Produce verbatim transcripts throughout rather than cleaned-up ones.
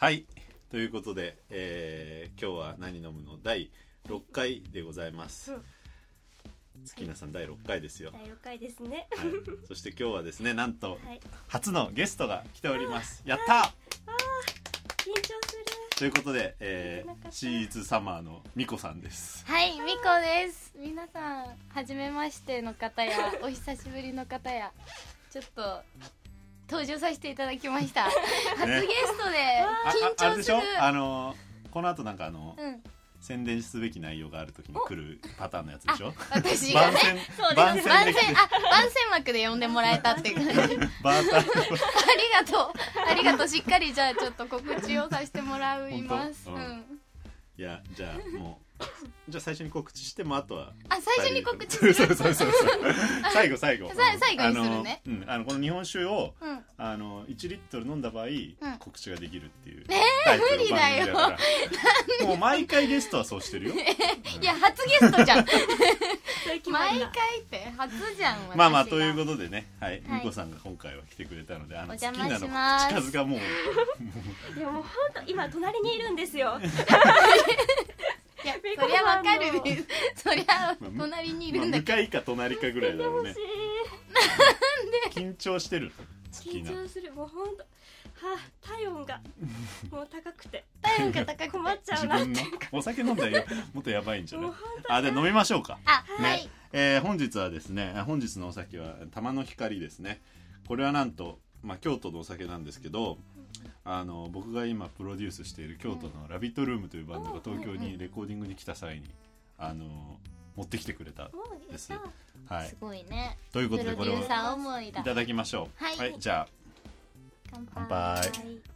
はい、ということで、えー、今日は何飲むのだいろっかいでございます、うん、月菜さんだいろっかいですよ。 だいろっかいですね、 はい、そして今日はですね、なんと、はい、初のゲストが来ております。やったー、あー緊張する。 ということで、えー、シーズサマーのみこさんです。 はい、みこです。皆さん初めましての方やお久しぶりの方やちょっと登場させていただきました、ね、初ゲストで緊張する。 あ, あ, あれでしょ、あのこの後なんかあの、 うん、 宣伝すべき内容があるときに来るパターンのやつでしょ。 私がね、 番宣番宣あ、番宣枠で呼んでもらえたって感じバーターありがとうありがとう。しっかりじゃあちょっと告知をさせてもらいます、うんうん、 いやじゃあもうじゃあ最初に告知してもあとはあ最初に告知するそうそうそうそう最後最後最後にするね。 あの、うん、あのこの日本酒を、 うん、 あのいちリットル飲んだ場合、うん、告知ができるっていうえー、無理だよ。 もう毎回ゲストはそうしてるよ、 うん、いや初ゲストじゃん毎回って初じゃん。 まあまあということでね、はい、みこさんが今回は来てくれたので、あのお邪魔します。 口数がもうでも本当今隣にいるんですよいやそりゃわかるですそりゃ隣にいるんだけど、 まあ、向かいか隣かぐらいだろうね。 なんで緊張してる。 緊張する。もう本当はあ、体温がもう高くて体温が高くて困っちゃうなって。 自分のお酒飲んだらもっとやばいんじゃない。あ、で飲みましょうか。 あ、 ね、 はい、 えー、本日はですね、本日のお酒は玉の光ですね。これはなんと、まあ、京都のお酒なんですけど、あの僕が今プロデュースしている京都のラビットルームというバンドが東京にレコーディングに来た際にあの持ってきてくれたんです。はい、 すごいね。 ということでこれをいただきましょう。 はい、 はい、じゃあ乾乾杯。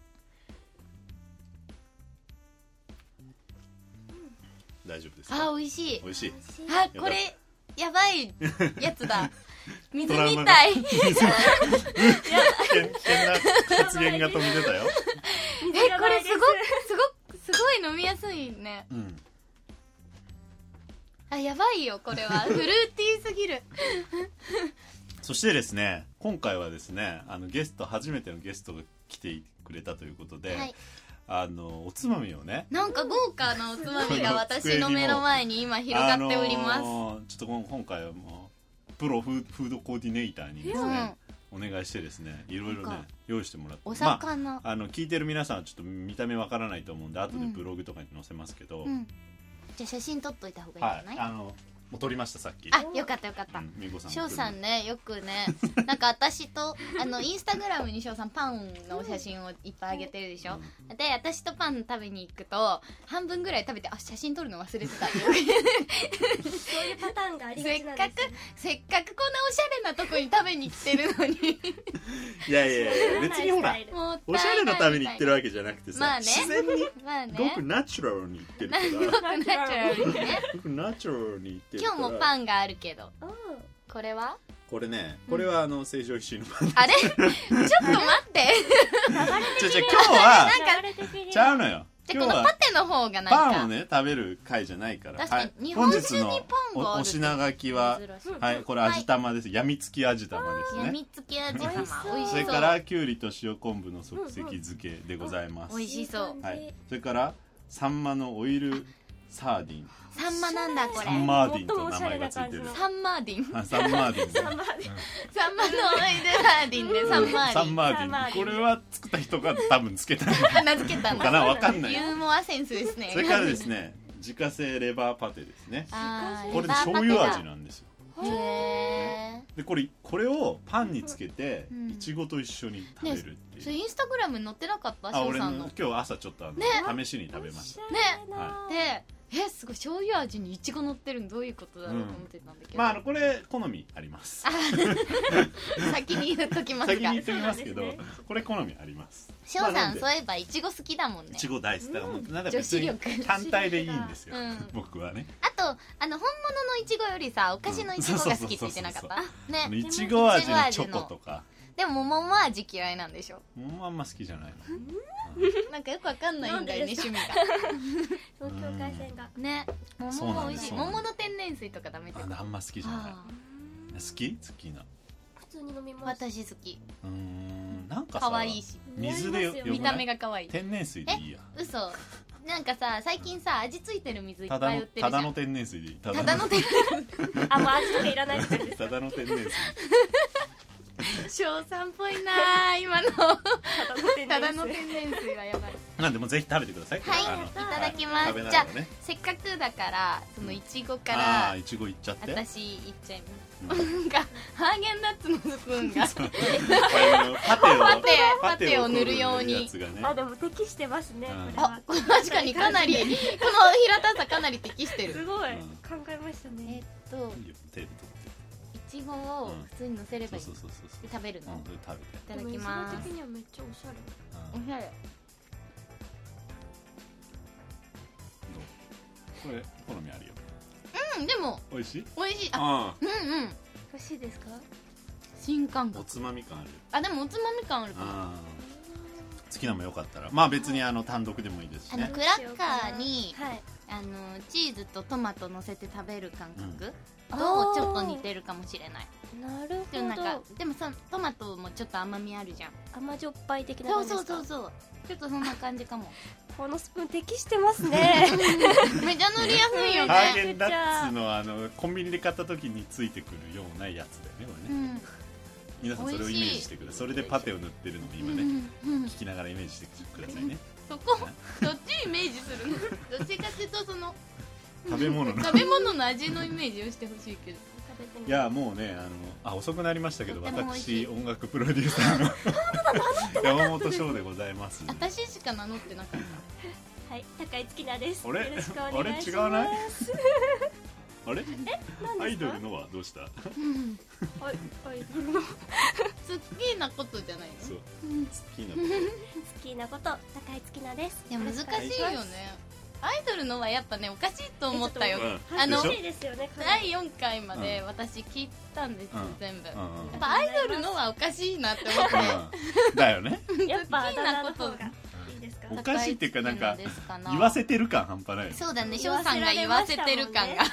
大丈夫ですか。 あ、美味しい。 美味しい。 あ、これやばいやつだ水みたい。危険な発言が飛んでたよ。 え、これすごくすごくすごい飲みやすいね、うん、あ、やばいよこれはフルーティーすぎるそしてですね、今回はですね、あのゲスト初めてのゲストが来てくれたということで、はい、あのおつまみをね、 なんか豪華なおつまみが私の目の前に今広がっております。あのー、ちょっと今回はもうプロフードコーディネーターにですね、うん、お願いしてですね、いろいろね用意してもらって、 お魚、 まあ、あの聞いてる皆さんはちょっと見た目わからないと思うんで後でブログとかに載せますけど、 うんうん、じゃあ写真撮っといた方がいいんじゃない？ はい、あのもう撮りましたさっき。 あ、よかったよかった。翔、うん、さんね、よくねなんか私とあのインスタグラムに翔さんパンの写真をいっぱいあげてるでしょ、うん、で私とパン食べに行くと半分ぐらい食べて、あ、写真撮るの忘れてたってそういうパターンがありがちなんです。せっかくせっかくこんなおしゃれなとこに食べに来てるのにいやいやいや、別にほらおしゃれのために行ってるわけじゃなくてさ、まあね、自然に、まあね、ごくナチュラルに行ってるからごくナチュラルにねごくナチュラルに行ってる。 今日もパンがあるけど、これはこれね、これはあの成城石井のパン。 あれちょっと待ってちょちょ今日はちゃうのよ。 でこのパテの方がなんかパンをね食べる回じゃないから。 確かに日本酒にパンがある。 お品書きは、はい、これ味玉です。やみつき味玉ですね。 やみつき味玉、美味しそう。 それからきゅうりと塩昆布の即席漬けでございます。 美味しそう。 はい。それからサンマのオイルサーディン。 サンマなんだこれ。 サンマーディンと名前がついてる。 サンマーディン。 あ、サンマーディン。 サンマのオイルサーディンでサンマーディン。 サンマーディン。これは作った人が多分つけたの名付けたのかな、わかんない。 ユーモアセンスですね。 それからですね、自家製レバーパテですね。 あ、 これで醤油味なんですよ。 へでこれこれをパンにつけていちごと一緒に食べるっていう、ね、 それインスタグラムに載ってなかった？ あ、俺の今日朝ちょっとあの、ね、試しに食べましたね、 はい、 でえすごい醤油味にいちご乗ってるのどういうことだろうと思ってたんだけど、 うん、まああのこれ好みあります先に言っときますが先に言っときますけど、ね、ここれ好みあります。 翔さん、まあ、そういえばいちご好きだもんね。 いちご大好きだから、うん、なんか別に単体でいいんですよ、うん、僕はね。 あとあの本物のいちごよりさお菓子のいちごが好きって言ってなかった？ いちご味のチョコとか。 でも桃は味嫌いなんでしょ？ 桃あんま好きじゃないの、 うん、なんかよくわかんないんだよね趣味が東境界線がね。桃も美味しい。桃の天然水とかダメってこと？ あ, あんま好きじゃない。好き？好きな。 普通に飲みます。 私好き。 うーん、ななんかさ可愛いし水でよよくない見た目が可愛い。 天然水でいいや。 嘘。なんかさ最近さ味ついてる水いっぱただのい売ってるじゃん。 ただの天然水でいい。たただの天然あ、もう味とかいらないって感じですか。 ただの天然水。 翔さんっぽいなー今の。ただの天然水はやばい。 なんでもぜひ食べてください。 はい、 あのいただきます。 食べなじゃあがらね。 せっかくだからそのいちごかあらあいちごいっちゃって。 私いっちゃいます。なんかハーゲンダッツのスプーンがそうあのパテをパテパテを塗るように取やつがねあ、でも適してますね、 うんこれはあ、これ確かにかなりこの平たさかなり適してる。 すごい、 うん考えましたえね。 っといいよ手で取って。 いちごを普通に乗せればいい。 そうそうそうそうで食べるの。 うんそれ食べて。 いただきまでもす。 いちご的にはめっちゃおしゃれ。 うんおしゃれ。 どうこれ好みあるよ。 うん、でも美味しい？ 美味しい。あ、 あうんうん。 美味しいですか？ 新感あお覚。 つまみ感ある。 あ、でもおつまみ感あるかも。 ああ好きなのもよかったらまあ別にあの単独でもいいですしね。 あのクラッカーにはい。 あのチーズとトマト乗せて食べる感覚うんとちょっと似てるかもしれない。 なるでもなんかほど。 でもさトマトもちょっと甘みあるじゃん。 甘じょっぱい的なそう感じですか？ そうそうそう。ちょっとそんな感じかも。 このスプーン適してますね。 めちゃ塗りやすいよハーね。 ゲンダッツのあのコンビニで買った時についてくるようなやつだよねこれね。 うん。 皆さんそれをイメージしてください。それでパテを塗ってるのを今ねうんうん。 聞きながらイメージしてくださいね。 そこどっちイメージするの？どっちかっていうとその食べ物の食べ物の味のイメージをしてほしいけど。 食べてみいやもうねあのあ遅くなりましたけどとっても美味しい私音楽プロデューサーの山本翔でございます。 私しか名乗ってなかっはい、高井月菜です。 あれよろしくお願いします。 あれ違わないあれ何ですか？ アイドルのはどうした？ た。うん。 はい、はい、 好きなことじゃないの？ そううん好きなこ好きなこと高井月菜です。 いや難しいよね。アイドルのはやっぱねおかしいと思ったよと。うんあの楽しいですよね。 だいよんかいまで私聞いたんですよ、 うん全部、 うんやうんっぱアイドルのはおかしいなって思ってうんだよね。 やっぱあ好きなことだ名の方がいいですか？ おかしいっていうかなんか高い月のですかな言わせてる感半端ないよね。 そうだね言わせ翔さんが言わせてる感が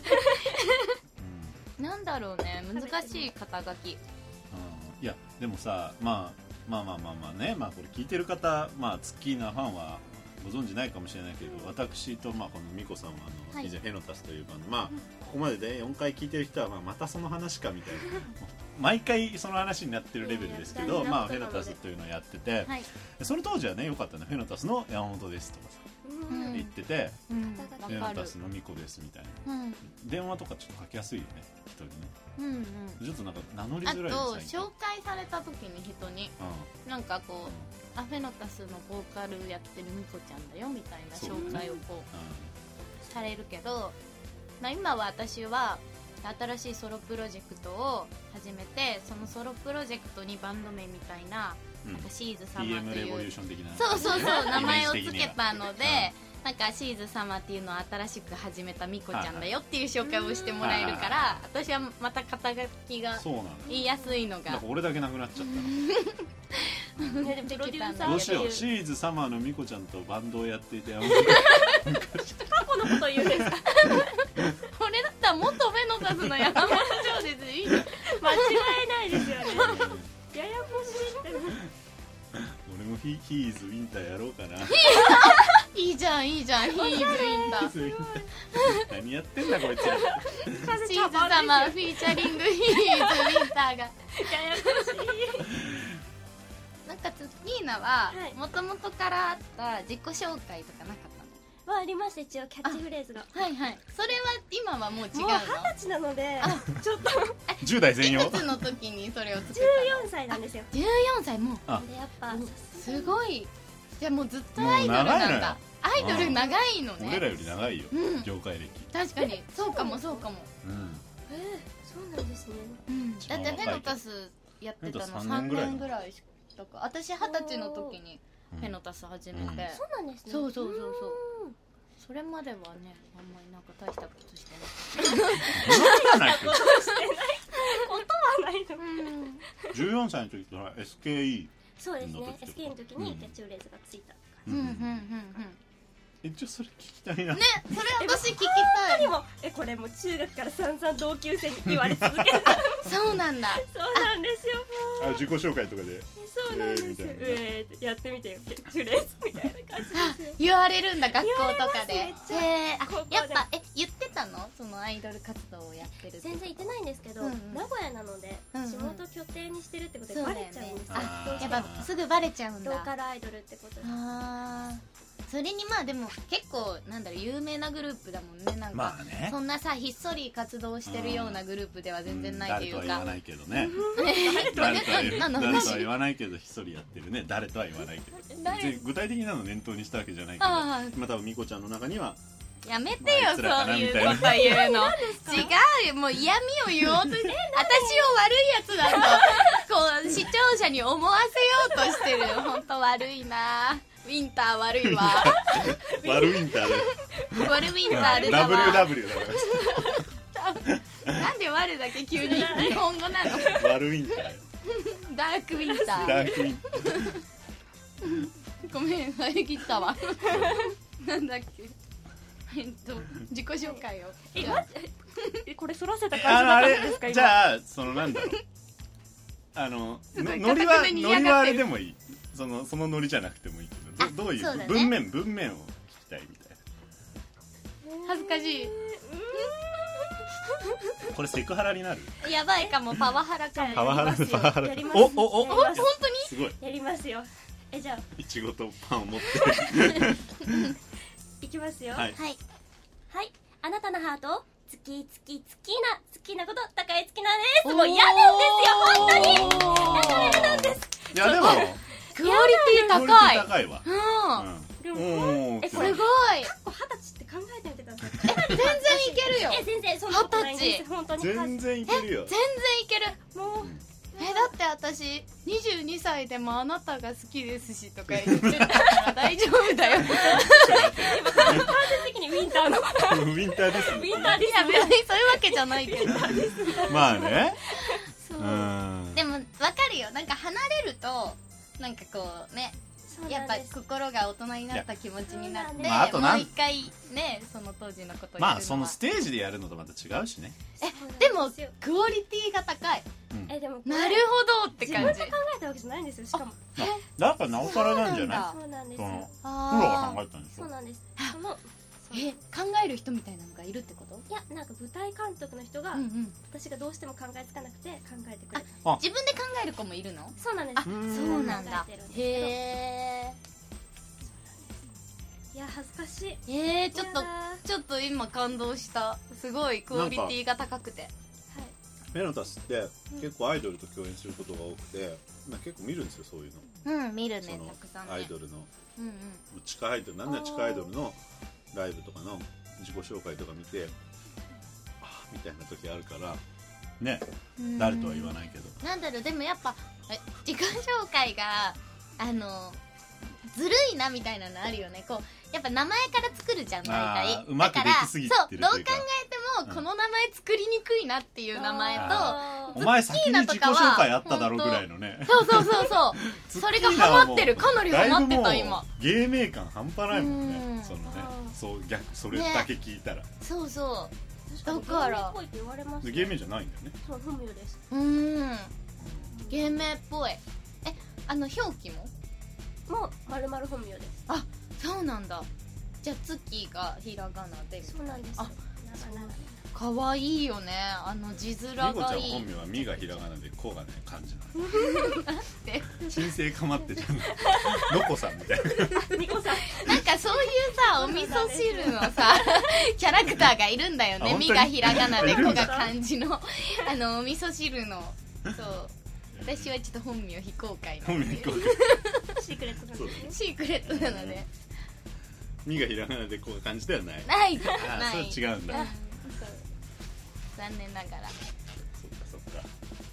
うんなんだろうね難しい肩書き。 うんいやでもさ、まあ、まあまあまあまあね、まあ、これ聞いてる方、まあ、ツッキーなファンはご存知ないかもしれないけど、私と、まあ、この美子さんはあの、 はい以前フェノタスというバンド、まあ、ここまででよんかい聞いてる人は、まあ、またその話かみたいな毎回その話になってるレベルですけど、 いやいやまあ、フェ大事なことなのでノタスというのをやってて、 はい、 その当時はねよかったねフェノタスの山本ですとかさうんうん言ってて、 うん、 フェわかるノタスの美子ですみたいなうん電話とかちょっと書きやすいよね人にねうんうんちょっとなんか名乗りあづらいと最近紹介された時に人にうんなんかこうアフェノタスのボーカルやってるミコちゃんだよみたいなそう紹介をこううされるけど、まあ、今は私は新しいソロプロジェクトを始めてそのソロプロジェクトにバンド名みたいな、 んなんかシーズ様ティーエムとレボリューいうション的なそうそうそう名前をイメージ的には付けたので、なんかシーズ様っていうのを新しく始めたミコちゃんだよっていう紹介をしてもらえるから私はまた肩書きがそうなんだ言いやすいのがなんか俺だけなくなっちゃったのねでもプロデューサーどうしよっていうシーズサマーのミコちゃんとバンドをやっていて過去のこと言うんですか？ これだったら元フェノタスの山本翔ですいいの間違いないですよね。ややこしいって。 俺もヒヒーズウィンターやろうかないいじゃんいいじゃんヒーズインターヒーズウィンター何やってんだこいつらシーズ様フィーチャリングヒーズウィンターがややこしい。 なんかツッキーナははいもともとからあった自己紹介とかなかっはありました一応キャッチフレーズが。 たの？はいはいそれは今はもう違うの？ もう二十歳なのでちょっとじゅう代全用いくつの時にそれを作っじゅうよんさいなんですよ。 たの？じゅうよんさいもうあでやっぱすごいじゃあもうずっとアイドルもう長いのよなんだアイドル長いのね俺らより長いよ、 うん業界歴確かにそうかもそうかも、 うんえーそうなんですね。 うん、だって一番若いフェノタスやってたのフェノタス 3 さんねんぐらい年ぐらいしか私二十歳の時にフェノタス始めて、 うんそうなんですね。 そうそうそうそううんそれまではねあんまりなんか大したことしてなじゃないことはないの。 くてじゅうよんさいの時と エスケーイーそうですね。 の時ってエスケー の時にキャッチフレーズがついた。 うんうんうんうんえちょそれ聞きたいなねそれ私聞きたいでもえこれもう中学から散々同級生に言われ続けた。 そうなんだそうなんですよ。もうあ自己紹介とかでそそうなんですよ、えー、やってみてよチュレスみたいな感じですよ。 言われるんだ学校とかで。 言われますめっちゃへーあ高校でやっぱえ言ってたのそのアイドル活動をやってるって全然行ってないんですけど、 うんうん、 名古屋なので、 うんうん、 地元拠点にしてるってことでバそうだよねレちゃうんですよ。 あやっぱすぐバレちゃうんだ。 ローカルアイドルってことで。 あそれにまあでも結構なんだろう有名なグループだもんね。なんか、 まあね、 そんなさひっそり活動してるようなグループでは全然ないというか、 誰とは言わないけどね誰誰とは言何の誰とは話言わないけどひっそりやってるね。誰とは言わないけど誰別に具体的なのを念頭にしたわけじゃないけど、 あー今多分みこちゃんの中にはやめてよ、 まああいつらかそういうなみたいなこと言うの違うよ、もう嫌味を言おうとして私を悪いやつだとこう視聴者に思わせようとしてる。本当悪いな。ウィンター悪いわ悪ウィンターで悪ウィンターでだダブリューわ。 ダブリュー だなんで悪だけ急に日本語なの。 から悪ウィンターよダークウィンター。 ダークウィンターごめん遮ったわなんだっけえっと自己紹介を。 えマジえこれ反らせたあ感じのあれだったんですか今。 じゃあそのなんだろうあのすごいノリは片手にノリはあ嫌がってるれでもいい。そのそのノリじゃなくてもいいけど、どどういそうだねう文面文面を聞きたいみたい恥ずかしい。 な。これセクハラになる。 やばいかも、パワハラかも。 パワハラやりますよパワハラやりますおおおやります本当にすごい。 やりますよ。えじゃあいちごとパンを持っていきますよ。 はいはい。 はい、あなたのハートを好き好き好きな好きなこと高い好きなです。もう嫌なんですよ本当に。嫌なんです。 いやでもクオリティクオリティ高い。 高いわ。 うん。 でもうん。おーえすごい。 すごい。 こう二十歳って考えてみてください。 全然いけるよ。 え全然そんなことないんです本当に。 全然いけるよ。 全然いける。 もうえだって私にじゅうにさいでもあなたが好きですしとか言ってたから大丈夫だよ。 完全的にウィンターのウウィンターですね。 ィンターでいや別にそういうわけじゃないけど。 まあね。 そううん。 でもわかるよ。なんか離れるとなんかこうね。やっぱ心が大人になった気持ちになって、 まああとなんもう一回ねその当時のことをやるのはまあそのステージでやるのとまた違うしね。 えでもクオリティが高い。 うんえでもなるほどって感じ。 自分で考えたわけじゃないんですよしかも。 だからなおさらなんじゃない。 そうなんですそのよ。 プロがあ考えたんでしょそう。なんです。そのーえ考える人みたいなのがいるってこと？ いやなんか舞台監督の人がうんうん。 私がどうしても考えつかなくて考えてくれる。 自分で考える子もいるの？ そうなんです。 あそうなんだ。 考えてるんですけどへえ。 いや恥ずかしい。 えー、ちょっとやだーちょっと今感動した。すごいクオリティが高くて。 はい。 メロタスって結構アイドルと共演することが多くて、まあ結構見るんですよそういうの。 うん見るそのねたくさんね。 アイドルのうんうん。 地下アイドルなんだ地下アイドルのライブとかの自己紹介とか見てあーみたいな時あるからね。 うん誰とは言わないけど。 なんだろうでもやっぱえ自己紹介があのずるいなみたいなのあるよね。こうやっぱ名前から作るじゃん大体。 あーうまくできすぎてるだからそうどう考というかえてもこの名前作りにくいなっていう名前と、 あーお前先に自己紹介あっただろうぐらいのね。 そうそうそうそうそれがハマってる。かなりハマってた今。 芸名感半端ないもんねうんそのねあーそう逆それだけ聞いたら、 そうそう確だから芸名っぽいって言われますで芸名じゃないんだよね。 そう本名です。 うーん芸名っぽい。えあの表記ももうまるまる本名です。 あそうなんだ。じゃあ月がひらがなでそうなんです。 あななななかわいいよねあの字面みこちゃんがいい。 本名はみがひらがなでこがね漢字なの。 で新生かまってちゃんのこさんみたいな。 ニコさん。 なんかそういうさお味噌汁のさキャラクターがいるんだよね。 あ本当にみがひらがなでいるんだこが漢字のあのお味噌汁のそう私はちょっと本名非公開なので本名こがシークレットなんそうだねですね。 シークレットなのでみがひらがなでこが漢字ではない。 ないですああそれない違うんだ。 うんそう残念ながら。 そっかそっか。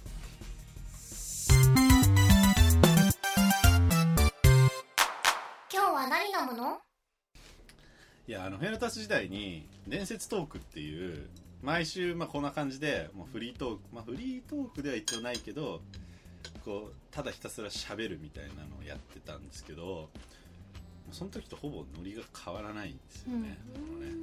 今日は何飲むの？ いやあのフェルタス時代に伝説トークっていう毎週まあこんな感じでもうフリートークまあフリートークでは一応ないけどこうただひたすら喋るみたいなのをやってたんですけどその時とほぼノリが変わらないんですよね。このね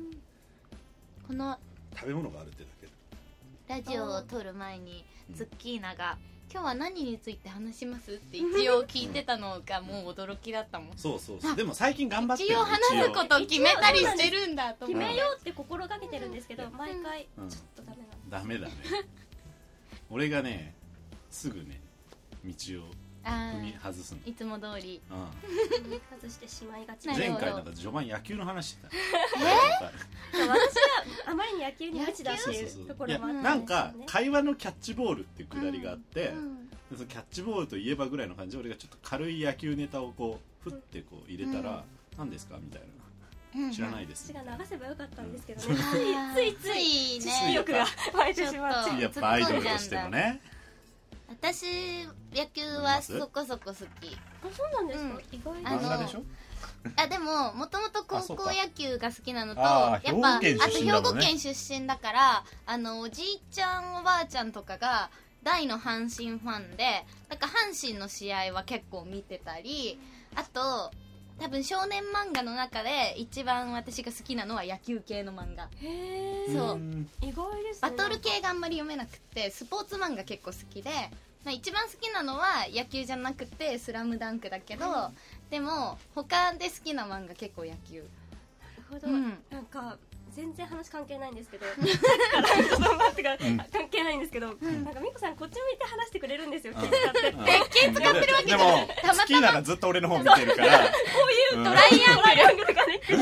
この食べ物があるってだけで。 ラジオを撮る前にズッキーナが今日は何について話しますって一応聞いてたのがもう驚きだったもん。 そうそうそう。でも最近頑張ってる一応話すこと決めたりしてるんだと思って。 決めようって心がけてるんですけど、毎回ちょっとダメなの。 ダメだね。俺がねすぐね道を踏み外すの。 いつも通り。 うん。 外してしまいがち。 前回なんか序盤野球の話してた。 私があまりに野球に無知だっていうところもあって、 なんか会話のキャッチボールっていうくだりがあって、うん、そのキャッチボールといえばぐらいの感じで俺がちょっと軽い野球ネタをこうふってこう入れたら、うん、何ですかみたいな、知らないです、 私が流せばよかったんですけどね、ついつい知識欲が湧いてしまって、 やっぱアイドルとしてもね。 私野球はそこそこ好き。 あ、そうなんですか、意外に。 漫画でしょ。 あ、でももともと高校野球が好きなのと、やっぱあと兵庫県出身だから、あのおじいちゃんおばあちゃんとかが大の阪神ファンで、だから阪神の試合は結構見てたり、あと多分少年漫画の中で一番私が好きなのは野球系の漫画。 へー、 そう、 意外ですね。 バトル系があんまり読めなくて、スポーツ漫画結構好きで、一番好きなのは野球じゃなくてスラムダンクだけど、うん、でも他で好きな漫画結構野球。 なるほど、うん、なんか全然話関係ないんですけどちょっと待ってが、うん、関係ないんですけど、うん、なんかみこさんこっち向いて話してくれるんですよ、気使ってえ、 気使ってるわけじゃない。 でもスキーナがずっと俺の方見てるからこういうトライアングルがね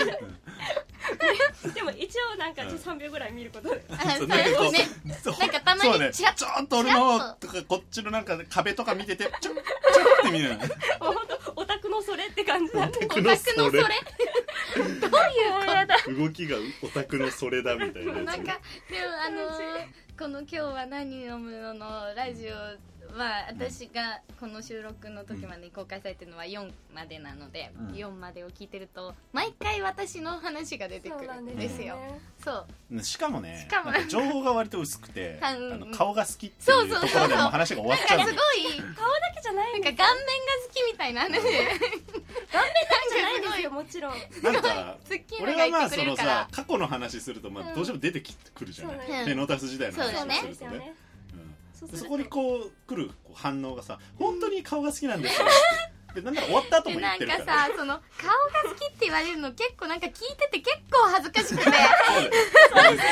でも一応なんかさんびょうぐらい見ることで、 なんかたまにちょっと俺のとかこっちのなんか壁とか見ててちょっちょって見る。 もう本当オタクのそれって感じなんで。 オタクのそれどういうこと動きがオタクのそれだみたいな。 なんかでもあのこの今日は何読むののラジオは私がこの収録の時までに公開されてるのはよんまでなので、うん、よんまでを聞いてると毎回私の話が出てくるんですよ。そうしかもね、しかも情報が割と薄くてあの顔が好きっていうところでも話が終わっちゃうんですよ。 すごい顔だけじゃないんですよ。 なんか顔面が好きみたいな話で、顔面だけじゃないですよ、もちろん。 なんか俺はまあそのさ過去の話するとまあどうしても出てくるじゃない、うん、フェノタス時代の話をするとね。そこにこう来る反応がさ、本当に顔が好きなんですよでなんなら終わった後も言ってるから、 なんかさ、その顔が好きって言われるの結構なんか聞いてて結構恥ずかしくてすごいなんかいたたまれない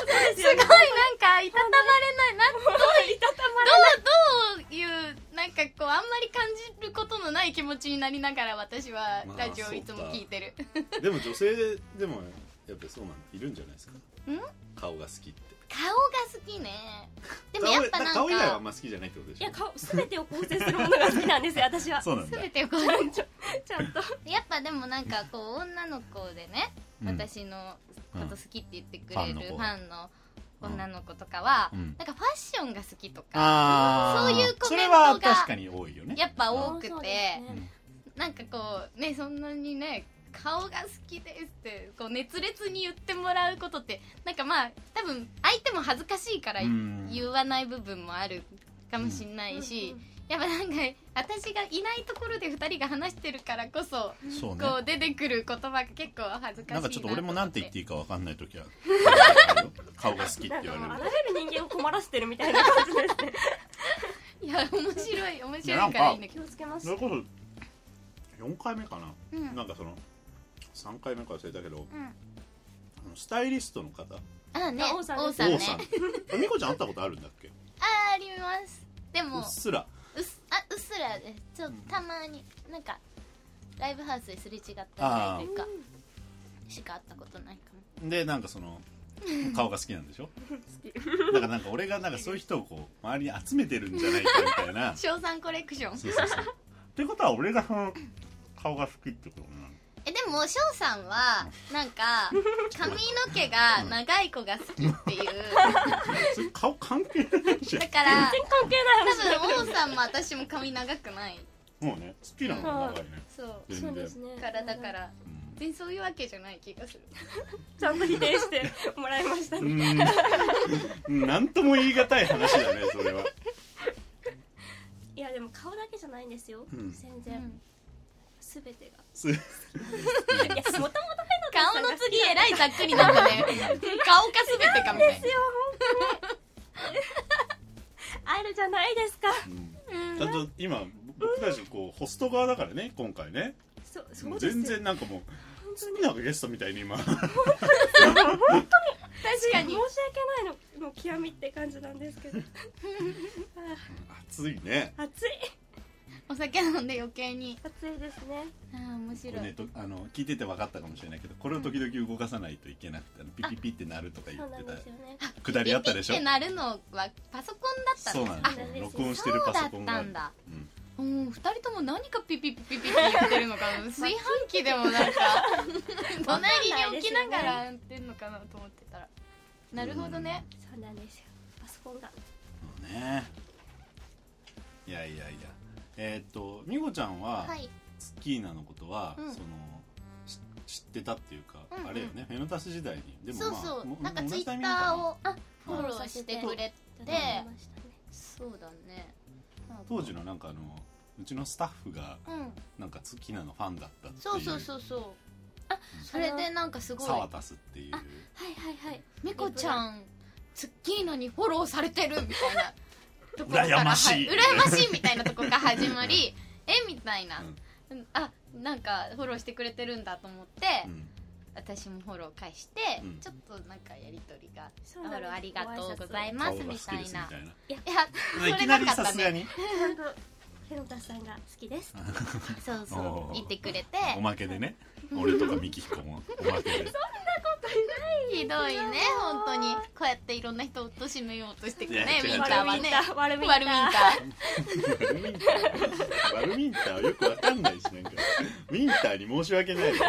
な、どうどういうなんかこうあんまり感じることのない気持ちになりながら私はラジオをいつも聞いてる、 まあ、でも女性でもやっぱりそうなのいるんじゃないですか。 ん顔が好きって。 顔が好きね。でもやっぱなんか顔以外はあんま好きじゃないってことでしょ。 いや、顔全てを構成するものが好きなんですよ私は。 そうなんだ。 全てを構成ちゃんとやっぱでもなんかこう女の子でね、うん、私のこと好きって言ってくれるファンの女の子とかは、うん、なんかファッションが好きとか、そういうコメントが確かに多いよね。 やっぱ多くて、ね、なんかこうね、そんなにね顔が好きですってこう熱烈に言ってもらうことってなんかまあ多分相手も恥ずかしいから言わない部分もあるかもしれないし、うん、やっぱなんか私がいないところでふたりが話してるからこそ、そう、ね、こう出てくる言葉が結構恥ずかしいなと思って。なんかちょっと俺もなんて言っていいか分かんない時は顔が好きって言われる。 あらゆる人間を困らせてるみたいな感じですねいや面白い面白いからいいんだけど、 気をつけます。 それこそよんかいめかな、うん、なんかそのさんかいめか忘れたけど、うん、あのスタイリストの方、 あね、王さんね、 王さんみこちゃん会ったことあるんだっけ？ あ、あります。でもうっすらうっすあうっすらでちょっとたまになんかライブハウスですれ違ったぐらいというかしか会ったことないかも。 でなんかその顔が好きなんでしょだからなんか俺がなんかそういう人をこう周りに集めてるんじゃないかみたいな賞賛コレクション。 そうそうそうってことは俺がその顔が好きってことなの？ えでも翔さんはなんか髪の毛が長い子が好きっていうそれ顔関係ないじゃん。 だから全然関係ない話だけど、 多分王さんも私も髪長くない。 もうね好きなのが長いね。 そうそうですね。 からだから全然そういうわけじゃない気がするちゃんと否定してもらいましたねなんとも言い難い話だねそれは。 いやでも顔だけじゃないんですよ、うん、全然、うんすべてがすいやもともとフェノ顔の次えらいざっくりなんだね顔かすべてかみたいな。 ですよ本当にあるじゃないですか、 うん、ちゃんと今僕たちこうホスト側だからね今回ね。 そそうですよ全然なんかもう好きなゲストみたいに今本当に確かに申し訳ないのの極みって感じなんですけど暑いね。 暑い。 お酒飲んで余計に暑いですね。 ああ面白い、 ね、とあの聞いてて分かったかもしれないけどこれを時々動かさないといけなくて、うん、ピピピってなるとか言ってたくだりあったでしょ。 ピピってなるのはパソコンだったんです。 そうなんですよ。録音してるパソコンがそうだったんだ、うん、うん、ふたりとも何かピピピピピって言ってるのかな炊飯器でもなんか隣に置きながらやってんのかなと思ってたらなるほどね、 うん、そうなんですよパソコンがそうね。いやいやいやえー、っとみごちゃんは、はい、ツッキーナのことは、うん、その知ってたっていうか、うんうん、あれよねフェノタス時代にでも、まあ、 そうそうなんかツイッターをフォローしてくれて、そうだね当時のなんかあのうちのスタッフが、うん、なんかツッキーナのファンだったっていうそうそうそうそうあ、それでなんかすごいサワタスっていうはいはいはいみこちゃんツッキーナにフォローされてるみたいな羨ましい羨ましいみたいなとこから始まりえみたいな、うん、あなんかフォローしてくれてるんだと思って、うん、私もフォロー返して、うん、ちょっとなんかやり取りがフォローありがとうございますみたいな。いやいきなりさすがにフェノタスさんが好きですそうそう言ってくれておまけでね俺とかミキヒコもおまけでそんなことないひどいね本当にこうやっていろんな人を貶めようとしてくるねミンターはねワルミンターワルミンターワルミンターはよくわかんないしなんかウィンターに申し訳ないよ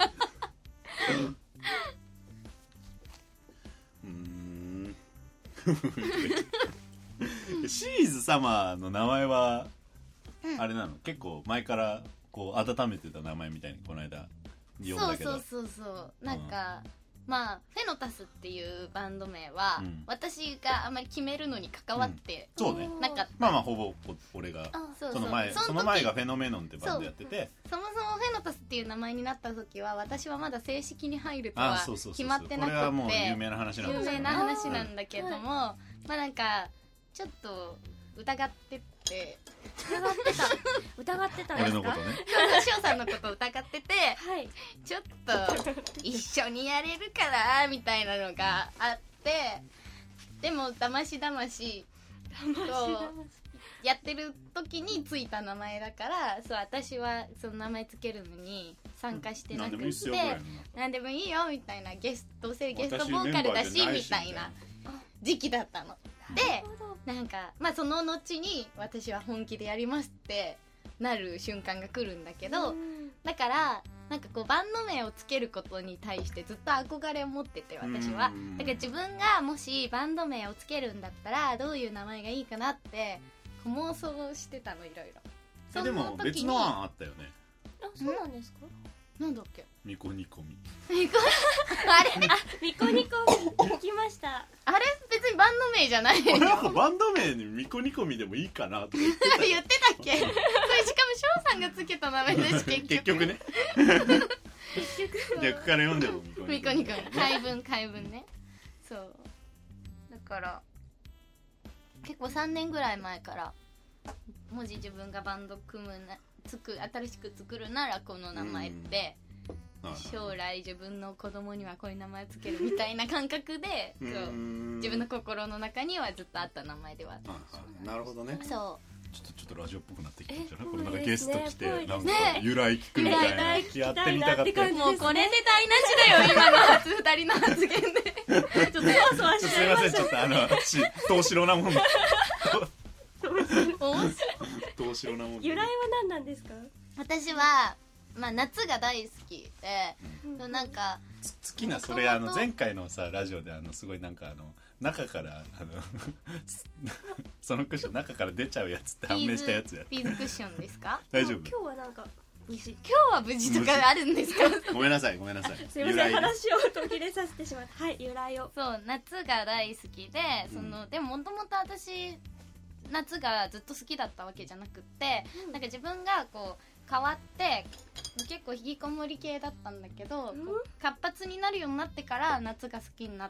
うーんシーズサマーの名前はあれなの、うん、結構前からこう温めてた名前みたいにこの間読んだけどそうそうそうそうなんか、うん、まあフェノタスっていうバンド名は、うん、私があんまり決めるのに関わって、 うん、そうねなかったまあまあほぼ俺がそうそうその前その前がフェノメノンってバンドやっててそもそもフェノタスっていう名前になった時は私はまだ正式に入るとは決まってなくてこれはもう有名な話なんです有名な話なんだけども、うん、まあなんかちょっと疑ってて疑ってた疑ってたんですか。 俺のことね翔さんのことを疑ってて、はい、ちょっと一緒にやれるかなみたいなのがあってでもだましだましやってる時についた名前だからそう私はその名前つけるのに参加してなくて、うん、何でもいいよみたいなゲストどうせゲストボーカルだしみたいな時期だったのでなんかまあその後に私は本気でやりますってなる瞬間が来るんだけどだからなんかこうバンド名をつけることに対してずっと憧れを持ってて私はだから自分がもしバンド名をつけるんだったらどういう名前がいいかなって妄想してたのいろいろでも別の案あったよね。 あ、そうなんですか。 なんだっけミコニコミミコあれあミコニコミ聞きましたあれ別にバンド名じゃない俺やっぱバンド名にミコニコミでもいいかなとか言ってた言ってたっけそれしかも翔さんがつけた名前です結局結局ね結局逆から読んでもミコニコミ解文解文ねそうだから結構さんねんぐらい前からもし自分がバンド組むなつく新しく作るならこの名前って将来自分の子供にはこういう名前つけるみたいな感覚でそう自分の心の中にはずっとあった名前ではあった。 なるほどね。 そうちょっとちょっとラジオっぽくなってきてるんじゃないこれなんかゲスト来てなんか由来聞くみたいなやってみたかった。 もうこれで台無しだよ今の初ふたりの発言でちょっとそわそわしちゃいました。すいませんちょっとあの私東白なもんどうしようなもん由来は何なんですか。 私は、まあ、夏が大好きで、うん、なんか好きなそれあの前回のさラジオであのすごいなんかあの中からあのそのクッション中から出ちゃうやつって判明したやつやビーズクッションですか大丈夫。 今日はなんか無事今日は無事とかあるんですかごめんなさいごめんなさいすいません話を途切れさせてしまったはい由来をそう夏が大好きでその、うん、でももともと私夏がずっと好きだったわけじゃなくって、うん、なんか自分がこう変わって結構引きこもり系だったんだけど、活発になるようになってから夏が好きになって、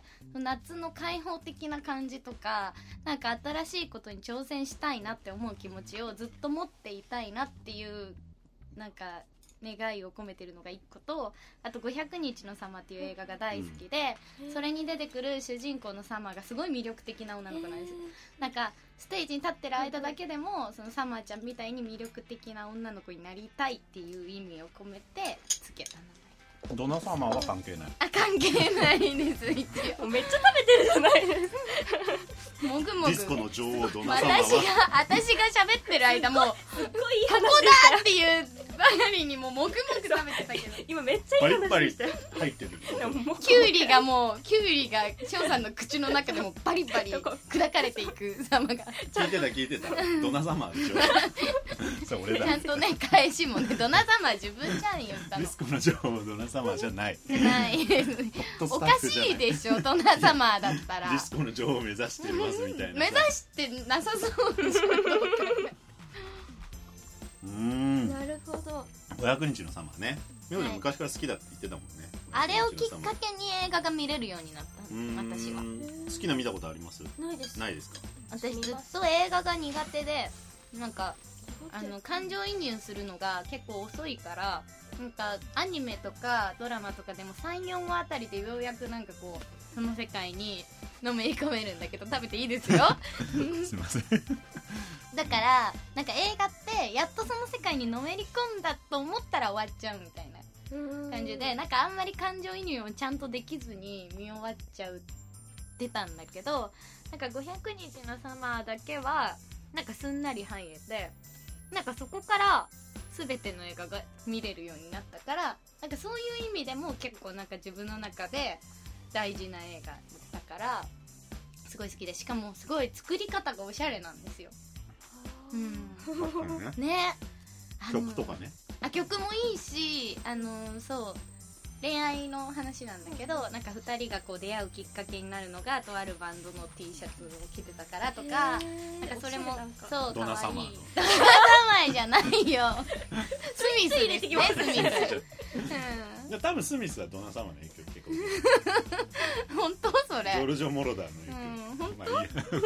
夏の開放的な感じとか、なんか新しいことに挑戦したいなって思う気持ちをずっと持っていたいなっていうなんか願いを込めてるのがいっこと、あとごひゃくにちのサマーっていう映画が大好きで、うん、それに出てくる主人公のサマーがすごい魅力的な女の子なんですよ。なんかステージに立ってる間だけでもそのサマーちゃんみたいに魅力的な女の子になりたいっていう意味を込めてつけた名前。 ドナサマーは関係ない。 あ、関係ないです一応。 めっちゃ食べてるじゃないですか。 もぐもぐ、ね、 ディスコの女王ドナサマーは私が私が喋ってる間もこすごいいいこだっていうばかりにももぐもぐ食べてたけど今めっちゃいい話でしたよ。 入ってる。 キュウリがもうキュウリが翔さんの口の中でもバリバリ砕かれていく様が聞いてた聞いてた。ドナサマーでしょ。それ俺だ。 ちゃんとね返しもね、ドナサマー自分じゃん言ったの。 ディスコの女王ドナサマーじゃない。 ないですおかしいでしょ、ドナサマーだったら。 ディスコの女王を目指してますみたいな。 目指してなさそうでしょ。 うーん、 なるほど。 ごひゃくにちのサマーね。みおちゃん昔から好きだって言ってたもんね。 あれをきっかけに映画が見れるようになった。私は好きな見たことあります？ ないです。 ないですか？ 私ずっと映画が苦手で、なんかあの感情移入するのが結構遅いから、なんかアニメとかドラマとかでも さん,よん 話あたりでようやくなんかこうその世界にのめり込めるんだけど、食べていいですよ。 すいません。 だからなんか映画ってやっとその世界にのめり込んだと思ったら終わっちゃうみたいな感じで、なんかあんまり感情移入をちゃんとできずに見終わっちゃうってたんだけど、なんかごひゃくにちのサマーだけはなんかすんなり入れて、なんかそこから全ての映画が見れるようになったから、なんかそういう意味でも結構なんか自分の中で大事な映画だからすごい好きで、しかもすごい作り方がおしゃれなんですよ。うん、ね、 曲とかね。 あ、曲もいいし、あのそう恋愛の話なんだけど、なんかふたりがこう出会うきっかけになるのがとあるバンドの T シャツを着てたからとか、なんかそれもそうドナサマーのドナサマーじゃないよ。スミスですね、スミス。 うん、多分スミスはドナサマーの影響結構。本当それ。 ジョルジョ・モロダーの影響。 うん、本当。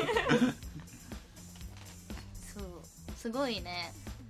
そうすごいね。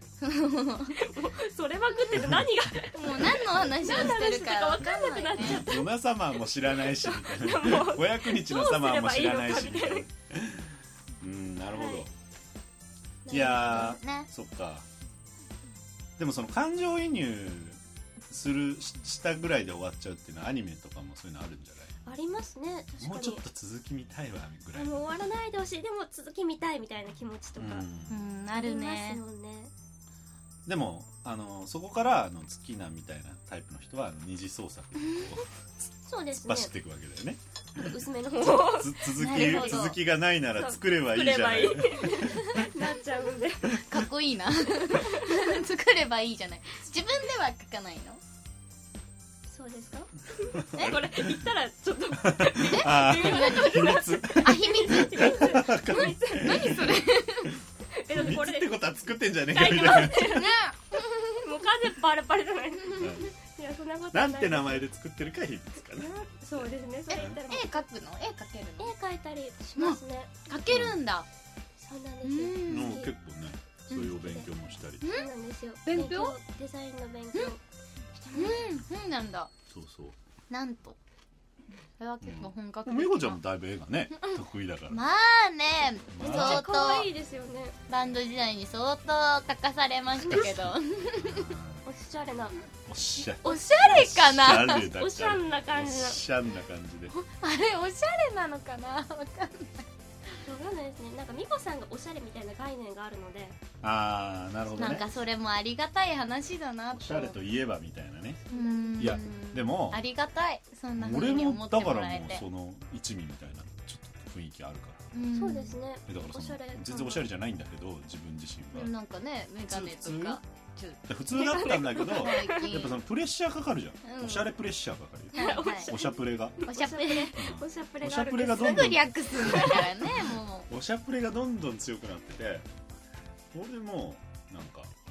それまくってて何がもう何の話をしてるか分かんなくなっちゃった。 ドナサマーも知らないしみたいな。ごひゃくにちのサマーも知らないしみたいな。うん、なるほど。はい、いやー、ね、そっか。でもその感情移入するしたぐらいで終わっちゃうっていうのはアニメとかもそういうのあるんじゃない？ ありますね。確かにもうちょっと続き見たいわぐらい。 もう終わらないでほしい、でも続き見たいみたいな気持ちとか、 うん、あるね。 ありますよね。 でもあのそこからあの好きなみたいなタイプの人は二次創作にこうそうですね、 突っ走っていくわけだよね。 薄めの方を続き続きがないなら作ればいいじゃない。 なっちゃうんでかっこいいな。作ればいいじゃない。自分では書かないの？ そうですか？え、これ言ったらちょっとあ秘密。 あ、秘密。何それ。 え、だってこれ秘密ってことは作ってんじゃねえかみたいな。ね。 もう完全パレパレじゃない。いや、そんなことない。 なんて名前で作ってるか秘密かな。 そうですね。それ言ったら絵描くの？絵描けるの？ 絵描いたりしますね。 描けるんだ。 そうなんですよ。 もう結構ね、そういうお勉強もしたり。 そうなんですよ。 勉強？ デザインの勉強。 うん、そうなんだ。 そうそう。 なんと。それは結構本格的な。 美穂ちゃんもだいぶ絵がね得意だから。 まあね、相当可愛いですよね。 バンド時代に相当描かされましたけど。 おしゃれな。 おしゃれ。 おしゃれかな。 おしゃんな感じの。 おしゃんな感じで。 あれおしゃれなのかな。わかんない。 わかんないですね。なんか美穂さんがおしゃれみたいな概念があるので。 ああ、なるほどね。 なんかそれもありがたい話だなと。 おしゃれといえばみたいなね。 うん。 いやでもありがたい。そんな風に思ってもらえて。 俺もだからもうその一味みたいなちょっと雰囲気あるから。 うん、そうですね。 だからその全然おしゃれじゃないんだけど自分自身は。 なんかねメガネとか。 普通だったんだけどやっぱそのプレッシャーかかるじゃん、うん、おしゃれプレッシャーかかるよ、はいはい、おしゃプレがおしゃプレおしゃプレおしゃプレがどんどんすぐ略すんだからねもうおしゃプレがどんどん強くなってて俺もなんかやっぱ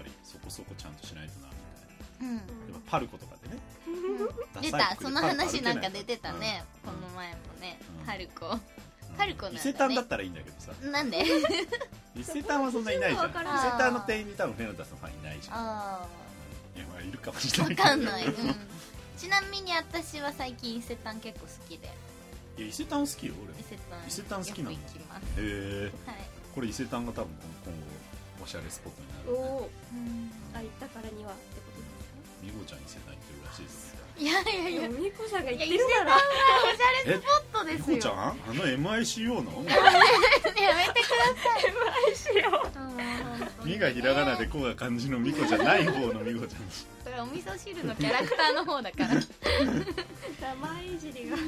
りそこそこちゃんとしないとなみたいな、 うん、 やっぱパルコとかでね、 うん、出たその話なんか出てたね、うん、この前もね、うん、パルコ、うん、パルコなんだね。 伊勢丹だったらいいんだけどさ、 なんで伊勢丹はそんないないじゃん。伊勢丹の店員に多分フェノタスのファンいないじゃん。 あいやまあいるかもしれないけど分かんない、うん、ちなみに私は最近伊勢丹結構好きで。 いや伊勢丹好きよ俺。 伊勢丹伊勢丹好きなんだ。 よく行きます。 へえ、 はい、 これ伊勢丹が多分今後おしゃれスポットになる、ね、 おお、あ、行ったからにはってことですか。 みごちゃん伊勢丹行ってるらしいですね。 いやいやいや、 みこさんが行ってるならおしゃれスポットですよ。 みこちゃんあの エムアイシーオー のやめてください。 エムアイシーオーみがひらがなでこが漢字のみこじゃない方のみこちゃん。 それお味噌汁のキャラクターの方だから名前いじりが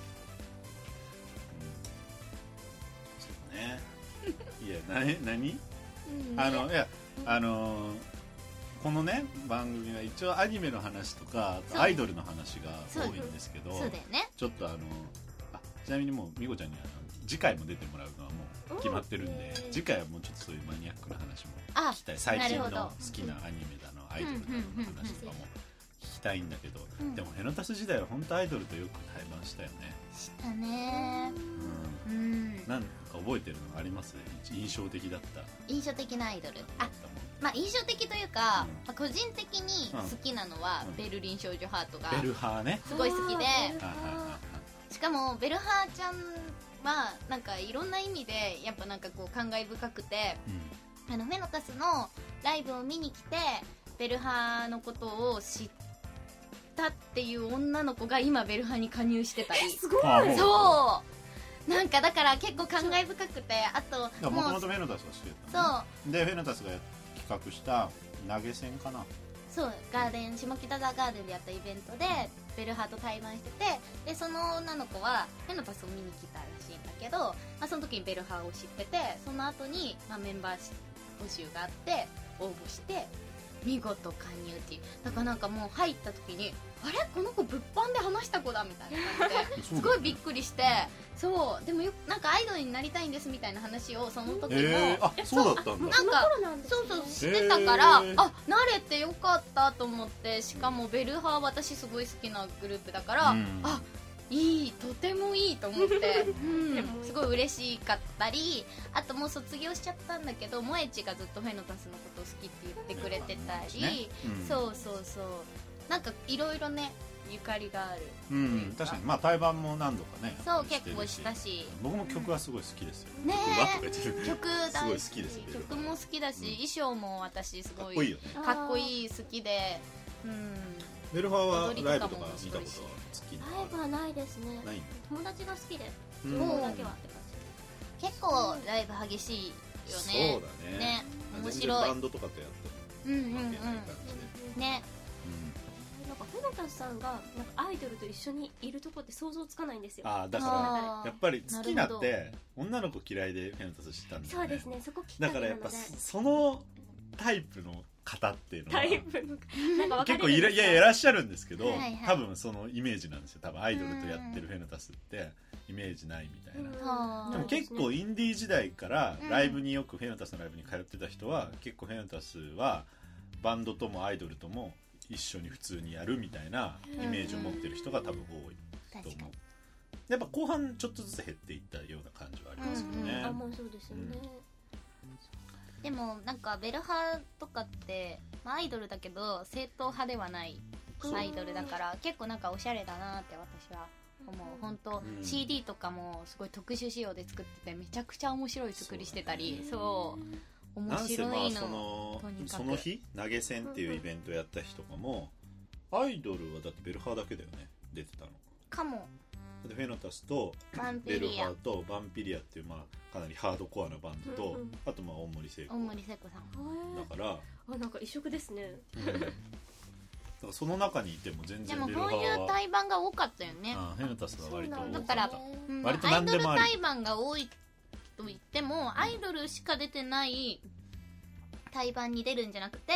そうね。いやな何、うん、あのいやあのー、このね番組は一応アニメの話とかアイドルの話が多いんですけど、 そうだよね。 ちょっとあのあちなみにもうみこちゃんにあの次回も出てもらうのはもう決まってるんで、次回はもうちょっとそういうマニアックな話も聞きたい。最近の好きなアニメだのアイドルだの話とかも聞きたいんだけど、うん、でもフェノタス時代は本当アイドルとよく対バンしたよね。 したね、 うん、うん、なんか覚えてるのあります？印象的だった印象的なアイドル、あ、まあ印象的というか、うん、まあ、個人的に好きなのは、うん、ベルリン少女ハートがベルハーねすごい好きで、しかもベルハーちゃんはなんかいろんな意味でやっぱなんかこう感慨深くて、うん、あのフェノタスのライブを見に来てベルハーのことを知ったっていう女の子が今ベルハーに加入してたり、 すごい、 そうなんかだから結構感慨深くて、あともともとフェノタスが好きだった、ね、そうでフェノタスが企画した投げ銭かな、 そうガーデン下北沢ガーデンでやったイベントでベルハーと対バンしてて、でその女の子はフェノタスを見に来たらしいんだけど、まあ、その時にベルハーを知ってて、その後に、まあ、メンバー募集があって応募して見事加入っていう。だからなんかもう入った時にあれこの子物販で話した子だみたいな感じですごいびっくりして、そうでもよなんかアイドルになりたいんですみたいな話をその時も、 えー、あそうだったんだ、 なんかそうそうしてたから、えー、あ慣れてよかったと思って、しかもベルハー私すごい好きなグループだから、うん、あいいとてもいいと思って、うん、すごい嬉しかったり、あともう卒業しちゃったんだけど萌ちがずっとフェノタスのことを好きって言ってくれてたり、ね、うん、そうそうそうなんかいろいろねゆかりがある、 うん、確かにまあ対バンも何度かねそう結構したし、 僕も曲はすごい好きですよ、 うん、ねえ曲大好き、 すごい好きですよ、 曲も好きだし、うん、衣装も私すごいかっこいいよね、 かっこいい好きで、うん、 ベルハーはライブとか見たことは好きなライブはないですね。 ない友達が好きで、 うん、 そこだけはって感じ。結構ライブ激しいよね。 そうだね。 ね、面白い。 バンドとかとやっても、 うんうんうん。ね。 うん、なんかフェノタスさんがなんかアイドルと一緒にいるとこって想像つかないんですよ。 ああだからやっぱり好きなって女の子嫌いでフェノタス知ったんだよね。 そうですね。そこきっかけだからやっぱそのタイプの方っていうのはタイプのなんか結構いらいやいらっしゃるんですけど、はいはい、多分そのイメージなんですよ。多分アイドルとやってるフェノタスってイメージないみたいな。でも結構インディー時代からライブによくフェノタスのライブに通ってた人は結構フェノタスはバンドともアイドルとも一緒に普通にやるみたいなイメージを持ってる人が多分多いと思う。やっぱ後半ちょっとずつ減っていったような感じはありますけどね。 うんうん、あもうそうですよね。うんでもなんかベルハーとかって、まあ、アイドルだけど正統派ではないアイドルだから結構なんかおしゃれだなって私は思う。本当、うん、シーディー とかもすごい特殊仕様で作っててめちゃくちゃ面白い作りしてたり、そう面白いの。 そのその日投げ銭っていうイベントやった日とかもアイドルはだってベルハーだけだよね出てたのかも。 でフェノタスとベルハーとバンピリアっていう、まあ、かなりハードコアなバンドと、うんうん、あとまあ大森聖子大森聖子さんだからあなんか異色ですね、 うん、だからその中にいても全然ベルハーはでもこういう対バンが多かったよね。 あフェノタスは割と多かった。 だから、うん、 割と何でもあり。 アイドル対バンが多いと言ってもアイドルしか出てない対バンに出るんじゃなくて、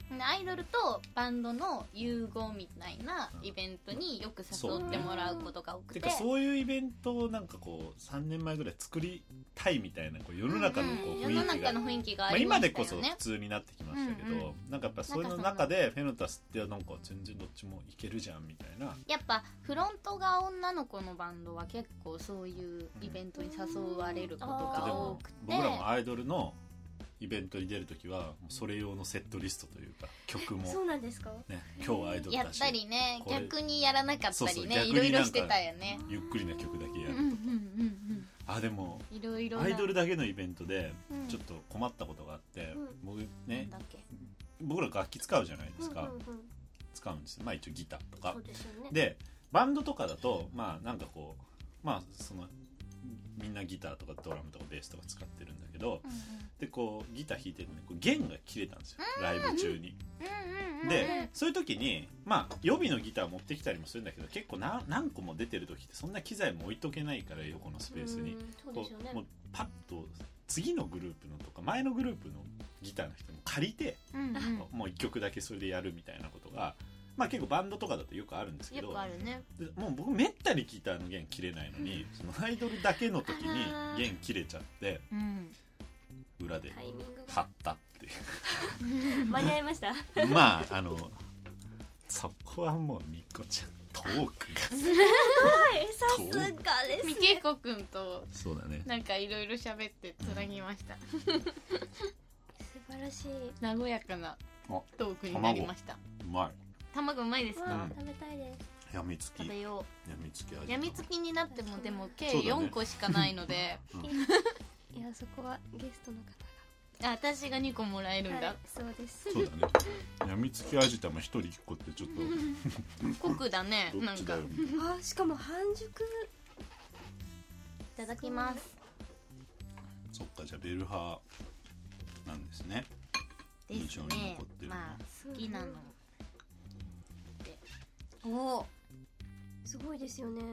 アイドルとバンドの融合みたいなイベントによく誘ってもらうことが多くて、 てかそういうイベントをなんかこうさんねんまえぐらい作りたいみたいなこう世の中のこううんうん、世の雰囲気が、 中の雰囲気があまあ、 りましたよね。 今でこそ普通になってきましたけど、 うんうんなんかやっぱそういうの中でフェノタスってなんか全然どっちもいけるじゃんみたいな。 やっぱフロントが女の子のバンドは結構そういうイベントに誘われることがでも多くて、 僕らもアイドルのイベントに出るときはもうそれ用のセットリストというか曲も、 そうなんですか。 ね、今日はアイドルやっだしたりねこれ逆にやらなかったりね、 そうそうい逆ろいになんかろしてたよね。 ゆっくりな曲だけやるとか、 うんうんうんあでもうん、いろいろなアイドルだけのイベントでうんちょっと困ったことがあって、 うん僕なねんだっけ、 僕ら楽器使うじゃないですか、 うんうんうん使うんですよ。まあ一応ギターとかそうですよね。 でバンドとかだとまあなんかこうまあそのみんなギターとかドラムとかベースとか使ってるんだけど、 うんうんでこうギター弾いてるのにこう弦が切れたんですよ、ライブ中に。 うんうんうん、 でそういう時にまあ予備のギター持ってきたりもするんだけど、結構な何個も出てる時ってそんな機材も置いとけないから横のスペースにうんそうですよねこうもうパッと次のグループのとか前のグループのギターの人も借りて、 うんうん、 もういっきょくだけそれでやるみたいなことがまあ結構バンドとかだとよくあるんですけよど、 くあるね。 でもう僕めったにギターの弦切れないのに、そのアイドルだけの時に弦切れちゃってうん、 裏でタイミング貼ったってい間に合いました。 うまああのそこはもうみこちゃんトークがさすがですみけこくんとそうだね。 なんかいろいろ喋ってつなぎました。 素晴らしい。 和やかなあトークになりました。 うまい。 卵うまいですか、 わあうん食べたいです。 やみつき食べよやみつき味う。やみつきになってもでも計そうだねよんこしかないので、 いやそこはゲストの方あ私がにこもらえるんが。 だ、 はい、そうです。 そうだね。やみつき味玉一人一個ってちょっと濃くだね。 どなんかっちだよあしかも半熟。 いただきます。 そっか、じゃあベル派なんですね。 です印象にね残ってるのはまあ好きなので、おおすごいですよね。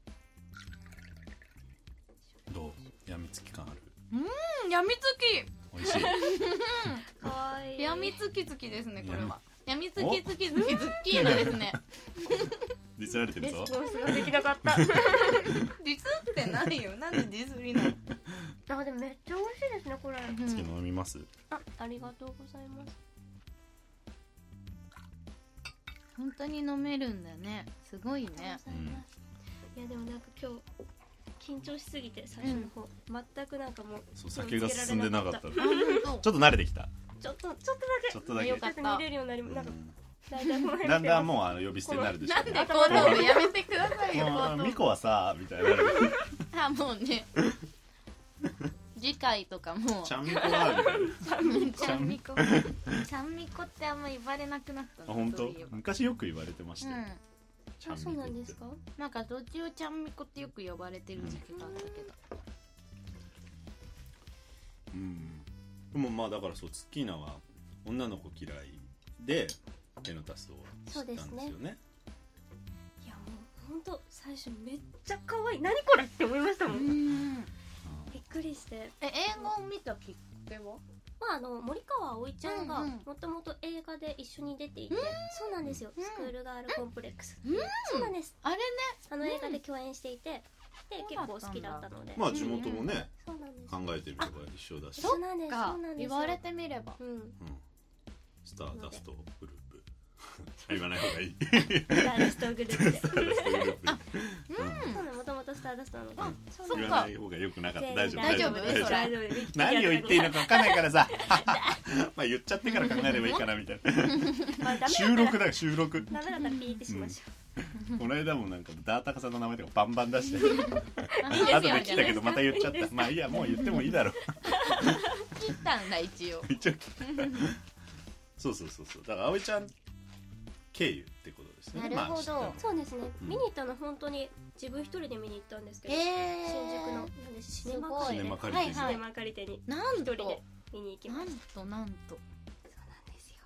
どう？やみつき感ある？ うんやみつき美味しい。 かわいい。 やみつきつきですねこれは。やみつおきつきつきズッキーナですね。 ディスられてるぞレス。ポンスができなかった。 ディスってないよ。なんでディスりなの？ あでもめっちゃ美味しいですねこれ。 次飲みます？ あありがとうございます。 本当に飲めるんだね。すごいね。 ありがとうございます。いやでもなんか今日緊張しすぎて最初の方、全くなんかもうそう、酒が進んでなかった。ちょあ本っと慣れてきた。 ちょっとちょっとだけちょっとだけ。 よかった見れるようになりなんかうんだいたいこの辺だんだんもうあの呼び捨てになるでしょ当。なんで後頭部やめてくださいよ。 もう後頭部ミコはさみたいな。 あもうね。次回とかもちゃんみこはみたいな。 ちゃんみこちゃんみこってあんま言われなくなったあ、 の。 本当そういえ？ば昔よく言われてましたよ。 うん。 ちゃんあそうみこってなんですか。 なんかどっちをちゃんみこってよく呼ばれてる時期があったけど。 うん。でもまあだからそう、ツッキーナは女の子嫌いでフェノタスを知ったんですよね。 いやもう本当最初めっちゃ可愛い何これって思いましたもん。 うん。 びっくりして。 え映画を見たきっかけは？ まああの森川葵ちゃんがうんうんもともと映画で一緒に出ていて、そうなんですよ。 うんスクールガールコンプレックス。 うんそうなんです。 あれね。 あの映画で共演していて、で結構好きだったので。 まあ地元もね、 そうなんです。 考えてるとこが一緒だし、 そうなんです。 かそうなんですよ。 言われてみれば。 うん。 うん、スターダストグループ言わない方がいい。 スターダストグループで。 スターダストグループそうなのもともとスターダストなので。そうそっか言わない方が良くなかった。大丈夫大丈夫大それ大丈夫です。 何を言っていいのか分かんないからさまあ言っちゃってから考えればいいかなみたいな。 まあダメだったら収録だよ収録。 ダメだったらピーってしましょこの間もなんかダータカさんの名前とかバンバン出していいですよ後で聞いたけどまた言っちゃった。まあいいや、もう言ってもいいだろう。 切ったんだ一応。 一応そうそうそうそう、だから葵ちゃん経由ってことですね。 なるほどまあ知ったのう。そうですね。 うん見に行ったの本当に自分一人で見に行ったんですけど、 え新宿のなんでシネマカシネリテマ借りてはいはいシネマ借りてになんと一人で見に行きまなんした。 となんとそうなんですよ。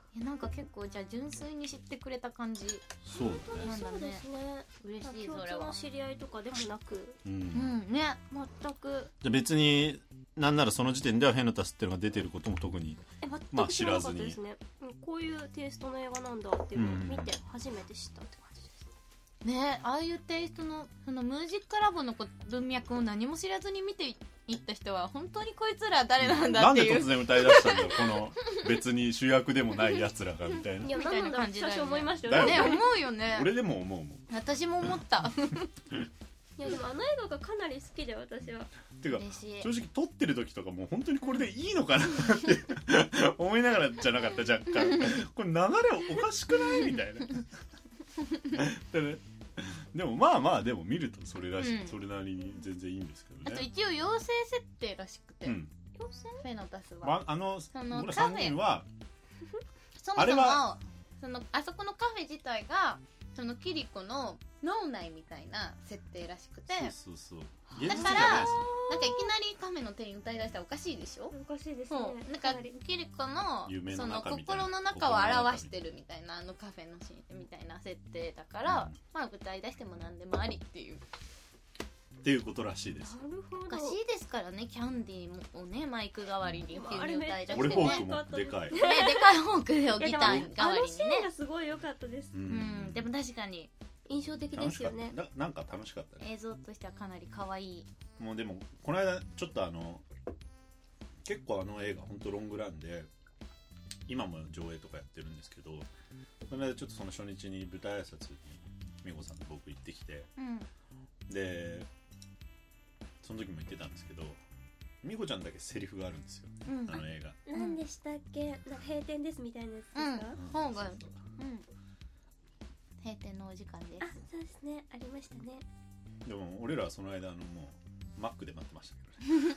いやなんか結構じゃあ純粋に知ってくれた感じ。 そうだね。 なんだね。 そうですね。 嬉しい共それは。 通の知り合いとかでもなく、 うん、 うんね。 全くじゃ別になんならその時点ではフェノタスっていうのが出てることも特にえま全あく知らなかったですね、うんこういうテイストの映画なんだっていうのを見て初めて知ったって感じです。 ね、ああいうテイストのそのムージックラボの文脈を何も知らずに見ていった人は本当にこいつら誰なんだっていう。 なんで突然歌い出したんだろうこの別に主役でもないやつらがみたいないやみたい何なだろうなん感じだよね最初思いましただよよね。 ね、思うよね。 俺でも思うもん。 私も思った。 いやでもあの映画がかなり好きで私は。 ていうか嬉しい。 正直撮ってる時とかもう本当にこれでいいのかなって思いながらじゃなかった若干これ流れおかしくないみたいなで, ね、でもまあまあでも見るとそれらしい、 うんそれなりに全然いいんですけどね。 あと一応妖精設定らしくて、 うん、 妖精フェノタスは、 まあのその僕らさんにんはそもそもあれはそのあそこのカフェ自体がそのキリコの脳内みたいな設定らしくて、 そうそうそうだから現実じゃないですよなんかいきなりカフェの店員歌い出したらおかしいでしょ。 おかしいですそね。 うなんかなりキリコの夢のその中みたいな心の中を表してるみたいなあのカフェのシーンみたいな設定だから、 うんまあ歌い出しても何でもありっていう。 っていうことらしいです。 なるほど。 おかしいですからね、キャンディーをねマイク代わりに急に歌い出してね。 俺フォークもでかい、 ね、でかいフォークでいやギでもター代わあのりにねシーンが。すごい良かったです。 ううんん、でも確かに印象的で楽しかっすよね。 たななんか楽しかったね。 映像としてはかなり可愛い。 もうでもこの間ちょっとあの結構あの映画本当ロングランで今も上映とかやってるんですけど、この間ちょっとその初日に舞台挨拶に美穂さんと僕行ってきて、 うん。 でその時も言ってたんですけど美穂ちゃんだけセリフがあるんですよ、 うん。 あの映画。 何でしたっけ？なんか閉店ですみたいなやつですか？ うんうん本がそうそううん。閉店のお時間であ、 す。 そうですね。ありましたね。 でも俺らはその間あのもうマックで待ってましたけどね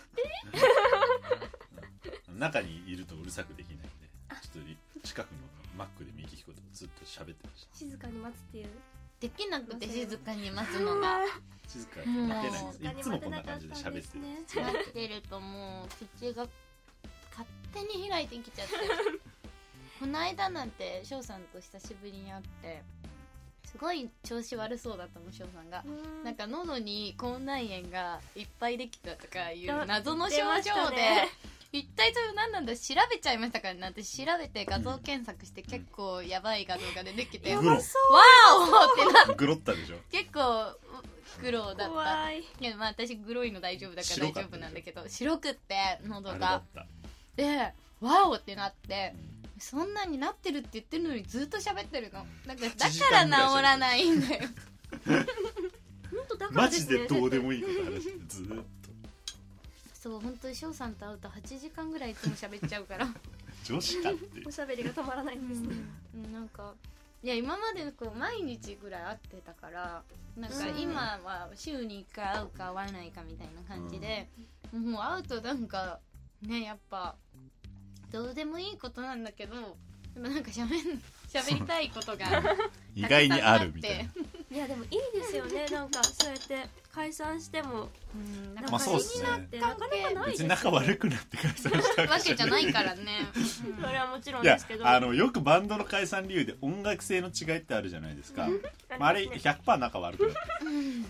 うん中にいるとうるさくできないんでちょっと近くのマックで右利きことずっと喋ってました。 静かに待つっていう。 できなくて静かに待つのが静かに待てないんです。いつもこんな感じで喋ってるんですよ。 待ってるともう口が勝手に開いてきちゃってこの間なんて翔さんと久しぶりに会ってすごい調子悪そうだったの翔さんが。なんか喉に口内炎がいっぱいできたとかいう謎の症出ま状で、 したね一体それ何なんだ調べちゃいましたからなんて調べて画像検索して結構やばい画像が出てきて、 グロわーおってなグロったでしょ。 結構黒だった。 怖い。 いやまあ私グロいの大丈夫だから大丈夫なんだけど白くって喉あれだがった。 でわおってなってそんなになってるって言ってるのにずっと喋ってるのなんかだから治らないんだよ本当だからマですね。 ジでどうでもいいこと話してずーっそう本当に翔さんと会うとはちじかんぐらいいつも喋っちゃうからと女子かっておしゃべりが止まらないんですね。 うんなんかいや今までこう毎日ぐらい会ってたからなんか今は週にいっかい会うか会わないかみたいな感じで、もう会うとなんかねやっぱどうでもいいことなんだけどでもなんかしゃべん喋りたいことが意外にあるみたいな。 いやでもいいですよね。なんかそうやって解散してもうんなんかまあそうっすね不思議なってなかなかないですよ。 別に仲悪くなって解散したわけじゃないからね、うんそれはもちろんいやですけど。 あのよくバンドの解散理由で音楽性の違いってあるじゃないですか。まあ、あれ ひゃくパーセント 仲悪くなってる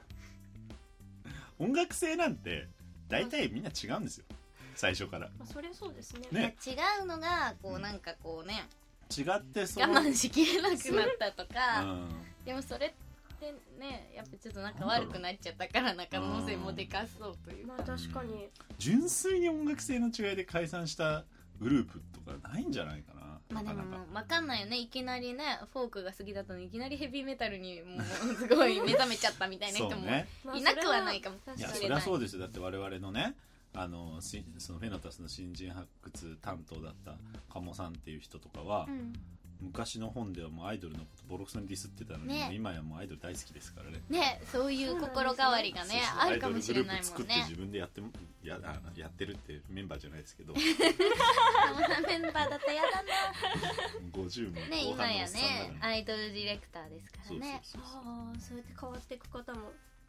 音楽性なんて大体みんな違うんですよ最初から。 まあそりゃそうですね。 ね違うのがこうなんかこうね違ってそ我の慢しきれなくなったとか、 うんでもそれってねやっぱちょっと仲悪くなっちゃったから仲のせもでかそうというか、 まあ確かに。 純粋に音楽性の違いで解散したグループとかないんじゃないかな。 まあでもなかなか分かんないよねいきなりねフォークが好きだったのにいきなりヘビーメタルにもうすごい目覚めちゃったみたいな人もそうね。 まあいなくはないかもいやそ確かにりゃそうですよ。だって我々のねあのしそのフェノタスの新人発掘担当だった鴨さんっていう人とかは、 うん昔の本ではもうアイドルのことボロクソにディスってたのに、 ねもう今やもうアイドル大好きですからね。 ねそういう心変わりがねそうそうあるかもしれないアイドルグループ作ってもんね自分でやってもやあやってるってメンバーじゃないですけどそんなメンバーだったらやだなごじゅうもね後半のおっ今やねさんだからね。 アイドルディレクターですからねそうそうそうああそうやって変わっていく方も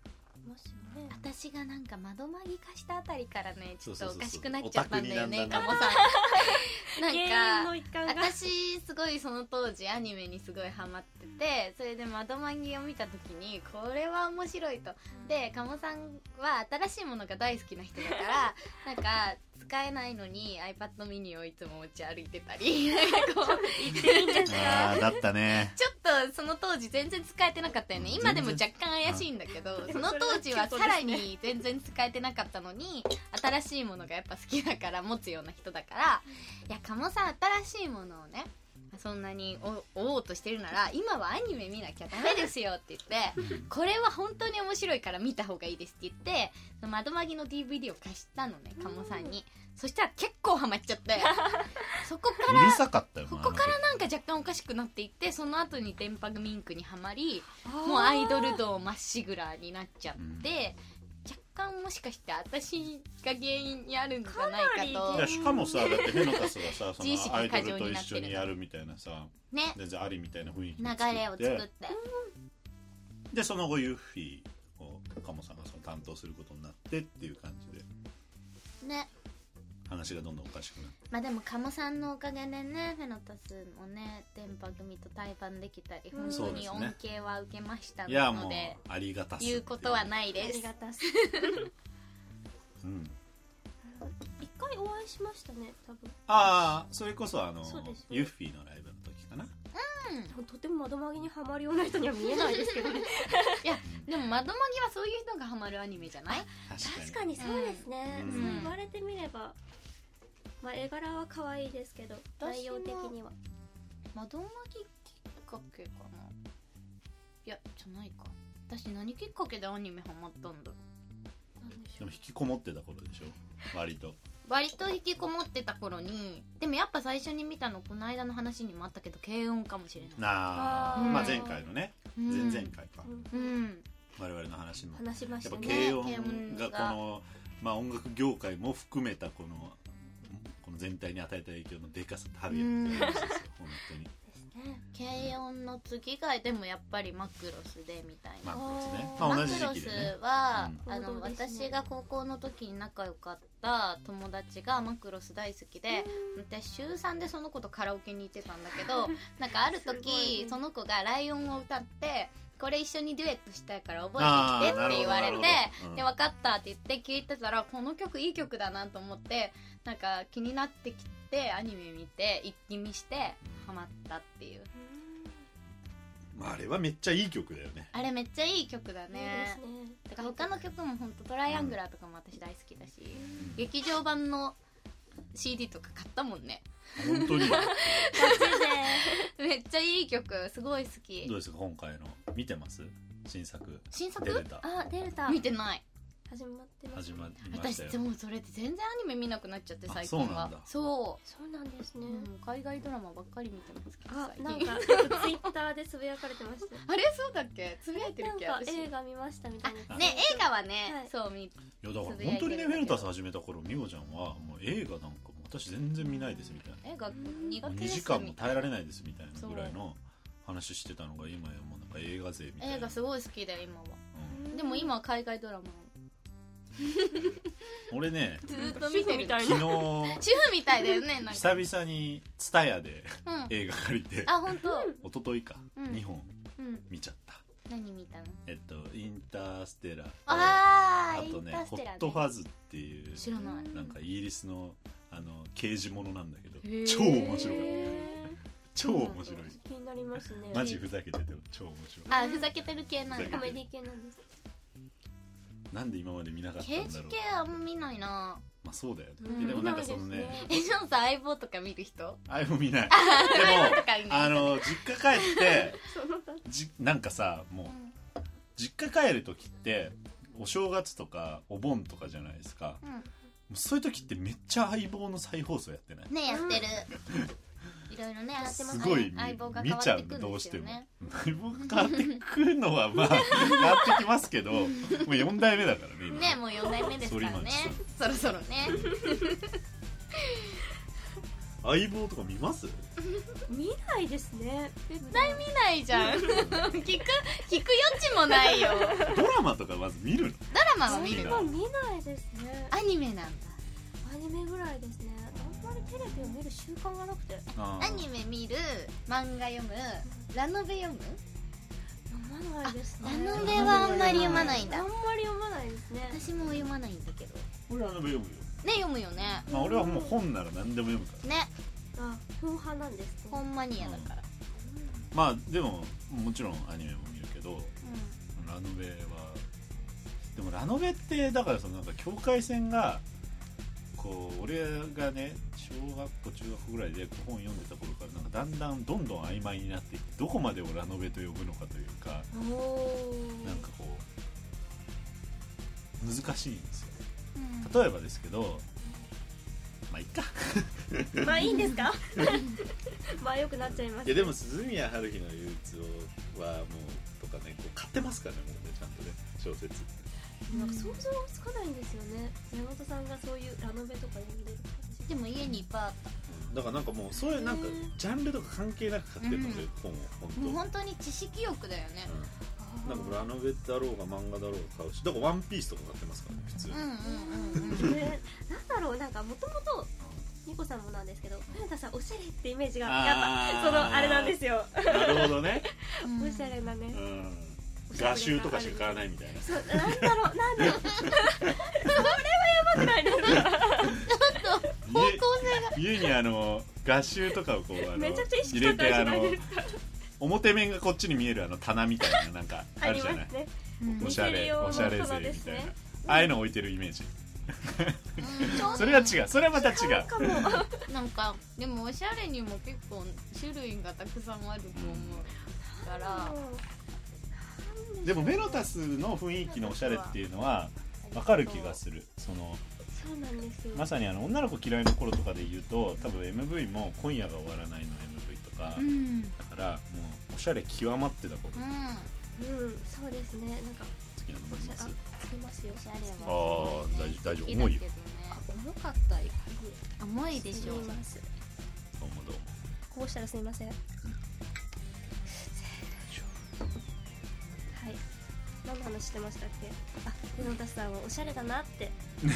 ますよね。 私がなんか窓マギ化したあたりからねちょっとおかしくそうそうそうそうなっちゃったんだよねオタクにカモさんなん原因かの一環が私すごいその当時アニメにすごいハマってて、それで窓マギを見た時にこれは面白いと。でカモさんは新しいものが大好きな人だからなんか使えないのに iPad mini をいつも持ち歩いてたりなんかこう言っていいんですか。 あーだったね。 ちょっとその当時全然使えてなかったよね。今でも若干怪しいんだけど、その当時はさらに全然使えてなかったのに新しいものがやっぱ好きだから持つような人だから、いやカモさん新しいものをねそんなに追おうとしてるなら今はアニメ見なきゃダメですよって言ってこれは本当に面白いから見た方がいいですって言ってその窓マギの ディーブイディー を貸したのねカモさんに。そしたら結構ハマっちゃってそこからうるさかったよここからなんか若干おかしくなっていって、その後に電波ミンクにはまりもうアイドル道まっしぐらになっちゃって、うん、若干もしかして私が原因にあるんじゃないかと。 いやしかもさだってフェノタスがさそのアイドルと一緒にやるみたいなさ、 ね、 全然ありみたいな雰囲気流れを作ってでその後ユッフィーをカモさんがその担当することになってっていう感じでね話がどんどんおかしくなって、 まあでもカモさんのおかげでねフェノタスもね電波組と対バンできたり本当に恩恵は受けましたので、 いやもうありがたす言うことはないです。 ありがたすうん一回お会いしましたね多分。 ああそれこそあのそうですねユッフィーのライブの時かな。 うん、 とても窓マギにハマるような人には見えないですけどねいやでも窓マギはそういう人がハマるアニメじゃない？ 確かにそうですね、 うんそう言われてみれば、まあ、絵柄は可愛いですけど内容的には窓マギきっかけかな。いやじゃないか、私何きっかけでアニメハマったんだろう。 なんでしょう。 でも引きこもってた頃でしょ割と。 割と引きこもってた頃に、でもやっぱ最初に見たのこの間の話にもあったけど軽音かもしれない。 なあ、 うんまあ前回のね、 うん、 前々回か、 うんうん我々の話も話しましやっぱたね。 軽音がこの、まあ、音楽業界も含めたこのこの全体に与えた影響のでかさたるやみたいな話ですよ、本当に。 軽音の次がでもやっぱりマクロスでみたいな。 マクロスね、 あーまあ、 マ同じクロス時期でね。 は、 うんあの王道ですね私が高校の時に仲良かった友達がマクロス大好きで、私しゅうさんでその子とカラオケに行ってたんだけどなんかあるすごい時ねその子がライオンを歌ってこれ一緒にデュエットしたいから覚えてきてって言われて、 あーなるほどなるほどうんで分かったって言って聞いてたらこの曲いい曲だなと思ってなんか気になってきてアニメ見て一気見してハマったっていう。 まあ、あれはめっちゃいい曲だよね。 あれめっちゃいい曲だいいねですね。 だから他の曲も本当トライアングラーとかも私大好きだし、劇場版の シーディー とか買ったもんね。 本当にガチめっちゃいい曲すごい好き。 どうですか今回の見てます新作新作デルタであデルタ見てない。 始まってます。 始まりましたよ。 私でもそれで全然アニメ見なくなっちゃって最近は。 あそうなんだそうそうなんですね。 うん海外ドラマばっかり見てますけどあ最近なんかツイッターでつぶやかれてました。 あれそうだっけつぶやいてるっけなんか私映画見ましたみたいな。 あね映画はね、 はいそう見いやだから本当にねフェルタス始めた頃美穂ちゃんはもう映画なんかも私全然見ないですみたいな、 映画苦手でにすじかんも耐えられないですみたいなそうぐらいの話してたのが今やもうなんか映画勢みたいな。 映画すごい好きだよ今は。 うんでも今は海外ドラマ俺ねずっと見てる。 昨日主婦みたいな主婦みたいだよねなんか。 久々にツタヤでうん映画借りてあ本当。 一昨日か、 うんにほんうん見ちゃった。 何見たの？ えっとインターステラーとあーあとねインタースホッテラーねトファズっていう知らない。 なんかイギリスのあの刑事ものなんだけどへー超面白かった。 へ超面白い。 ー気になりますね。 マジふざけてて超面白い。 あふざけてる系なんだ。 コメディ系なんです。 なんで今まで見なかったんだろう刑事系。あんま見ないな。 まあそうだよね、 うんでもなんかそのね見ないですねえジョンさん相棒とか見る人？ あれも見ないで相棒とか見もないあの実家帰ってその他じなんかさもううん実家帰る時ってお正月とかお盆とかじゃないですか。もうそういう時ってめっちゃ相棒の再放送やってない？ ねやってる。いろいろねやってますね。 すごい相棒が見変わってくちゃうのるんですよどうしてもね。 相棒が変わってくるのはまあ変わってきますけどもうよん代目だからね今ねもうよん代目ですからね。そろそろね。 相棒とか見ます？ 見ないですね。 絶対見ないじゃん聞く聞く余地もないよドラマとかまず見るの？ ドラマは見るあ見ないですね。 アニメなんだ。 アニメぐらいですね。あんまりテレビを見る習慣がなくて。 アニメ見る、漫画読む、ラノベ読む？ 読まないですね。 ラノベはあんまり読まないんだ。 あんまり読まないですね。 私も読まないんだけど。 俺ラノベ読むよ。 ね、読むよね。 まあ俺はもう本なら何でも読むからね。 あ、本派なんですね。 本マニアだから。 まあでももちろんアニメも見るけど、ラノベはでもラノベってだからそのなんか境界線がこう俺がね小学校中学校ぐらいで本読んでた頃からなんかだんだんどんどん曖昧になっていってどこまでをラノベと呼ぶのかというか、なんかこう難しいんですよ。例えばですけど、まあいっかまあいいんですかまあよくなっちゃいます、ね、 いやでも鈴宮春日の憂鬱をはもうとかねこう買ってますからね、もうねちゃんとね小説なんか想像つかないんですよね。山本さんがそういうラノベとか読んでる感じ。 でも家にいっぱいあった。 だからなんかもうそういうなんかジャンルとか関係なく買ってるので、うん、本を本当もう本当に知識欲だよね、 うん、なんかラノベだろうが漫画だろうが買うし、だからワンピースとか買ってますからね普通に。 うんうんうんうんね、なんだろう、なんかもともとニコさんもなんですけど、なんかさおしゃれってイメージがやっぱそのあれなんですよ。 なるほどねおしゃれなね、 うん画集とかしか買わないみたいな。 そうなんだろうなんだろうそれはやばくないですか。ちょっと方向性が家にあの画集とかをこうあのめちゃくちゃ意識入れてあの高いじゃないですか。 表面がこっちに見えるあの棚みたいななんかあるじゃない、 ね、 おしゃれおしゃれ勢みたいな、 ね、 ああいうの置いてるイメージそれは違う、それはまた違うかもなんかでもおしゃれにも結構種類がたくさんあると思うから、 でもメロタスの雰囲気のおしゃれっていうのは分かる気がする。そのそうなんですよ。 まさにあの女の子嫌いの頃とかで言うと多分 エムブイ も今夜が終わらないの エムブイ とか、うん、だからもうおしゃれ極まってた頃、 うん、うん、そうですね。なんか好きなのもあります？ ありますよ。おしゃれはああ大丈夫大丈夫、重いよ。 あ重かったよ。 重いでしょう。 どうもどうも。 こうしたらすみません。はい。何の話してましたっけ？あ、メロタスさんはおしゃれだなって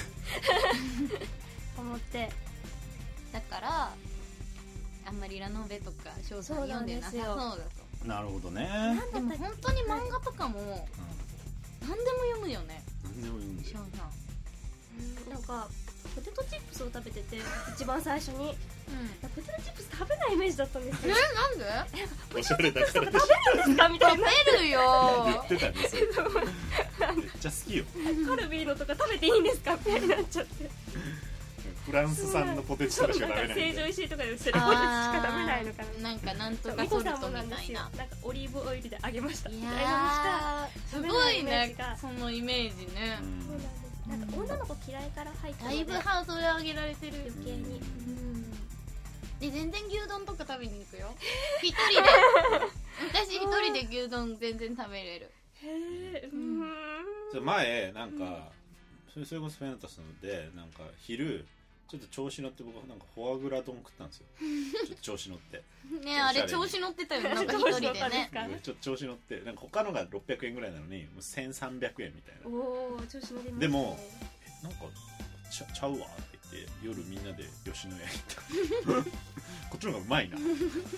思って、 だからあんまりラノベとか小説読んでなさそうだと。 なるほどね。 でも本当に漫画とかも、うん、何でも読むよね。 何でも読むんでしょ。 うん、なんかポテトチップスを食べてて一番最初に、うん、ポテトチップス食べないイメージだったんですよ。 え、なんで？ ポテトチップスとか食べるんですかみたいな。 食べるよ言ってたんですよ。めっちゃ好きよ。 カルビーのとか食べていいんですかみたいになっちゃって。 フランス産のポテチとかしか食べない。 成城石井とかで売ってるポテチしか食べないのかな。 なんかなんとかソルトみたいな。 なんかオリーブオイルで揚げましたみたいなのしかすごいね、そのイメージね。 なんか女の子嫌いから入ったのでだいぶハードル上げられてる。 余計に、うん、 で全然牛丼とか食べに行くよ一人で私一人で牛丼全然食べれる。 へえ、うん、 じゃ前なんか、うん、それこそフェナタスのでなんか昼ちょっと調子乗って僕はなんかフォアグラ丼食ったんですよちょっと調子乗ってね、あれ調子乗ってたよね、なんか一人でねちょっと調子乗ってなんか他のがろっぴゃくえんぐらいなのにもうせんさんびゃくえんみたいな。 おー調子乗りますね。 でもなんかち ゃ, ちゃうわって言って夜みんなで吉野家行ったこっちの方がうまいな。 フォ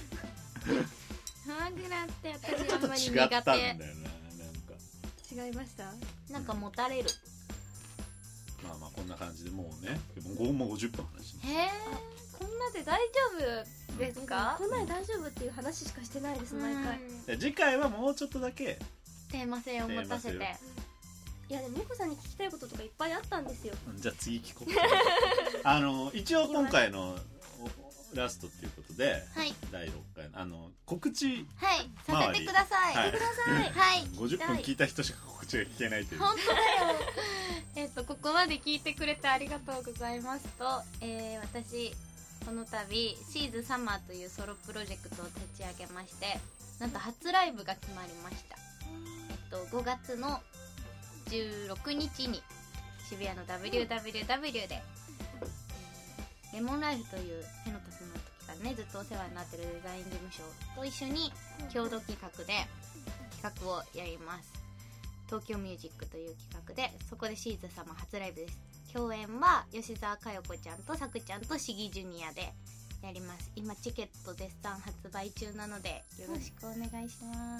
アグラって私あんまり苦手。 ちょっと違ったんだよな。なんか違いました。 なんかもたれる。 まあまあこんな感じでもうねもうごじゅっぷん話してます。 へえ、こんなで大丈夫ですか？ こんなで大丈夫っていう話しかしてないです毎回。 次回はもうちょっとだけテーマ性を持たせて。 いやでもみこさんに聞きたいこととかいっぱいあったんですよ。 じゃあ次聞こうあの一応今回のラストっていうことで、はい、だいろっかいのあの告知はいさせてください。 はい、ください。 はい。 ごじゅっぷん聞いた人しか告知が聞けないという。 本当だよ。えっとここまで聞いてくれてありがとうございますと、えー、私この度シーズサマーというソロプロジェクトを立ち上げまして、なんと初ライブが決まりました。えっとごがつのじゅうろくにちに渋谷の ダブリューダブリューダブリュー でレモンライフというフェノタスのさんね、ずっとお世話になってるデザイン事務所と一緒に共同企画で企画をやります。東京ミュージックという企画で、そこでシーズ様初ライブです。共演は吉沢佳代子ちゃんとさくちゃんとシギジュニアでやります。今チケット絶賛発売中なのでよろしくお願いします。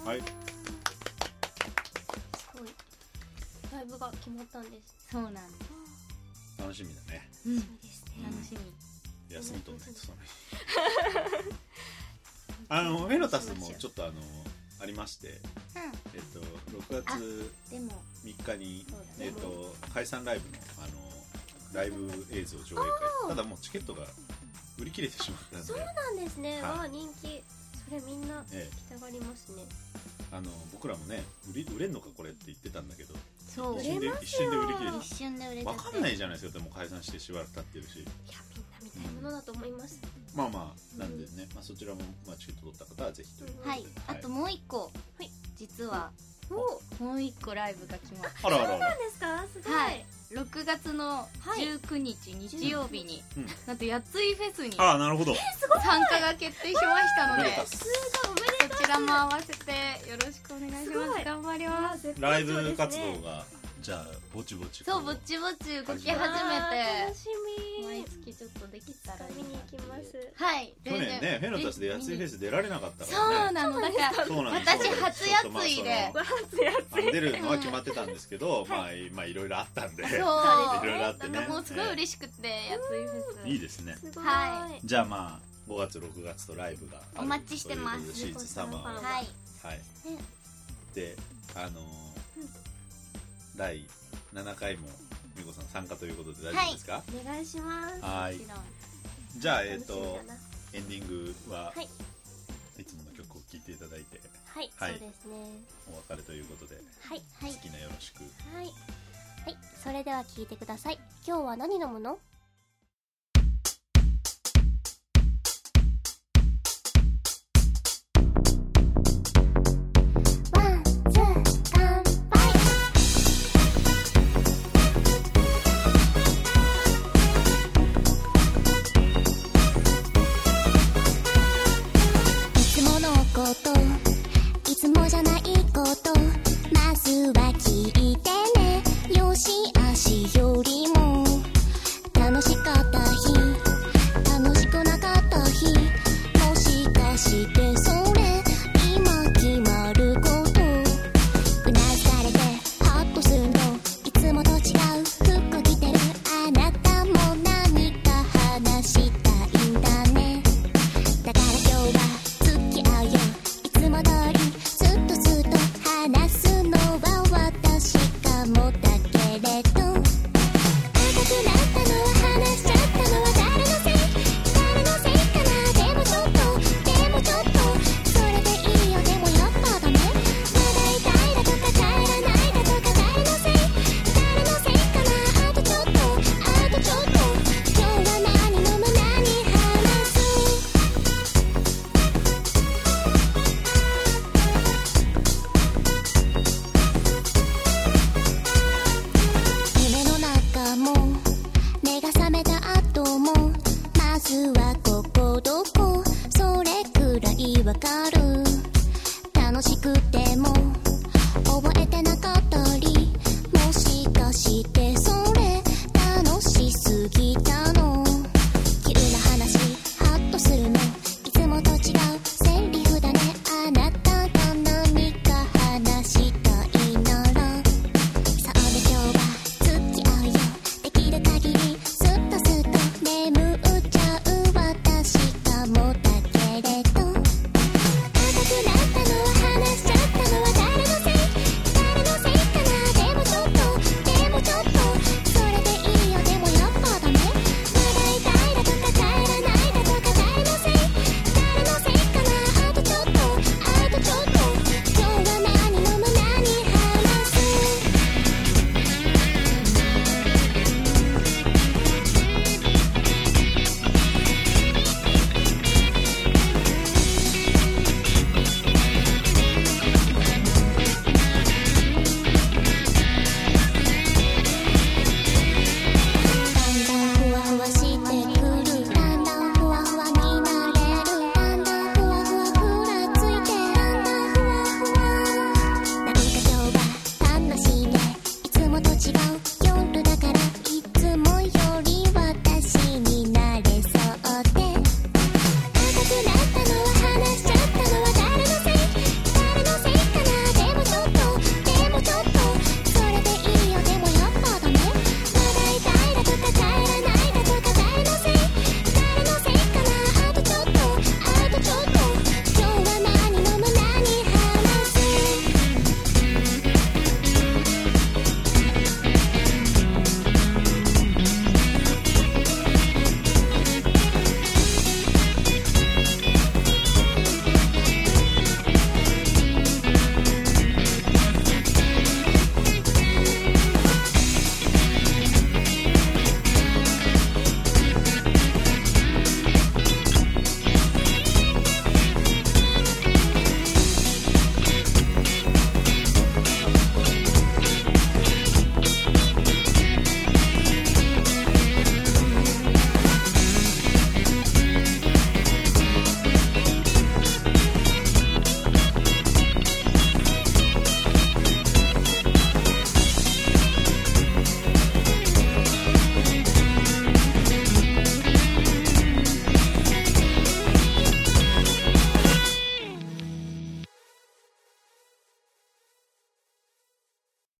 はい。 すごい。ライブが決まったんです。 そうなんです。 楽しみだね。 うん、 そうですね。 楽しみ。 休み取んないとその日。あのフェロタスもちょっとあのありまして、 うん、 えっとろくがつでもみっかにねえっと解散ライブのあのライブ映像上映会。ただもうチケットが売り切れてしまったんで。 そうなんですね。 はい、 わあ人気。それみんな来たがりますね。 あの僕らもね売り売れんのかこれって言ってたんだけど、 そう一瞬で一瞬で売り切れて、 一瞬で売れちゃって分かんないじゃないですか。でも解散してしばらく経ってるし。 いやみんな見たいものだと思います。 うん、まあまあなんでね、まあ、そちらも、まあ、チケット取った方はぜひということで、 はい、あともう一個、はい、実はもう一個ライブが決まって、 あらあらあら、 そうなんですか。すごい。 はい、ろくがつのじゅうくにち、日曜日に、うん、なんとやついフェスにああなるほど参加が決定しましたので、 すごいおめでとう。 こちらも合わせてよろしくお願いします。頑張ります。 ライブ活動がじゃあぼちぼちそうぼちぼち動き始めて、 楽しみ。 毎月ちょっとできたら見に行きます。 はい。 去年ねフェノタスでやついフェス出られなかったからね。そうなの。だから私初やついで出るのは決まってたんですけど、まあまあいろいろあったんで、そういろいろあってね。 もうすごい嬉しくてやついフェス。 いいですね。 はい。 じゃあまあごがつろくがつとライブがあるお待ちしてます。 シーズサマーはいはい。であのだいななかいもみこさん参加ということで大丈夫ですか？ お願いします。 はい。じゃあえっとエンディングはいつもの曲を聴いていただいて、 はい、そうですね。 お別れということで、 はい、 好きなよろしく。 はい、はい、それでは聴いてください。今日は何飲むの？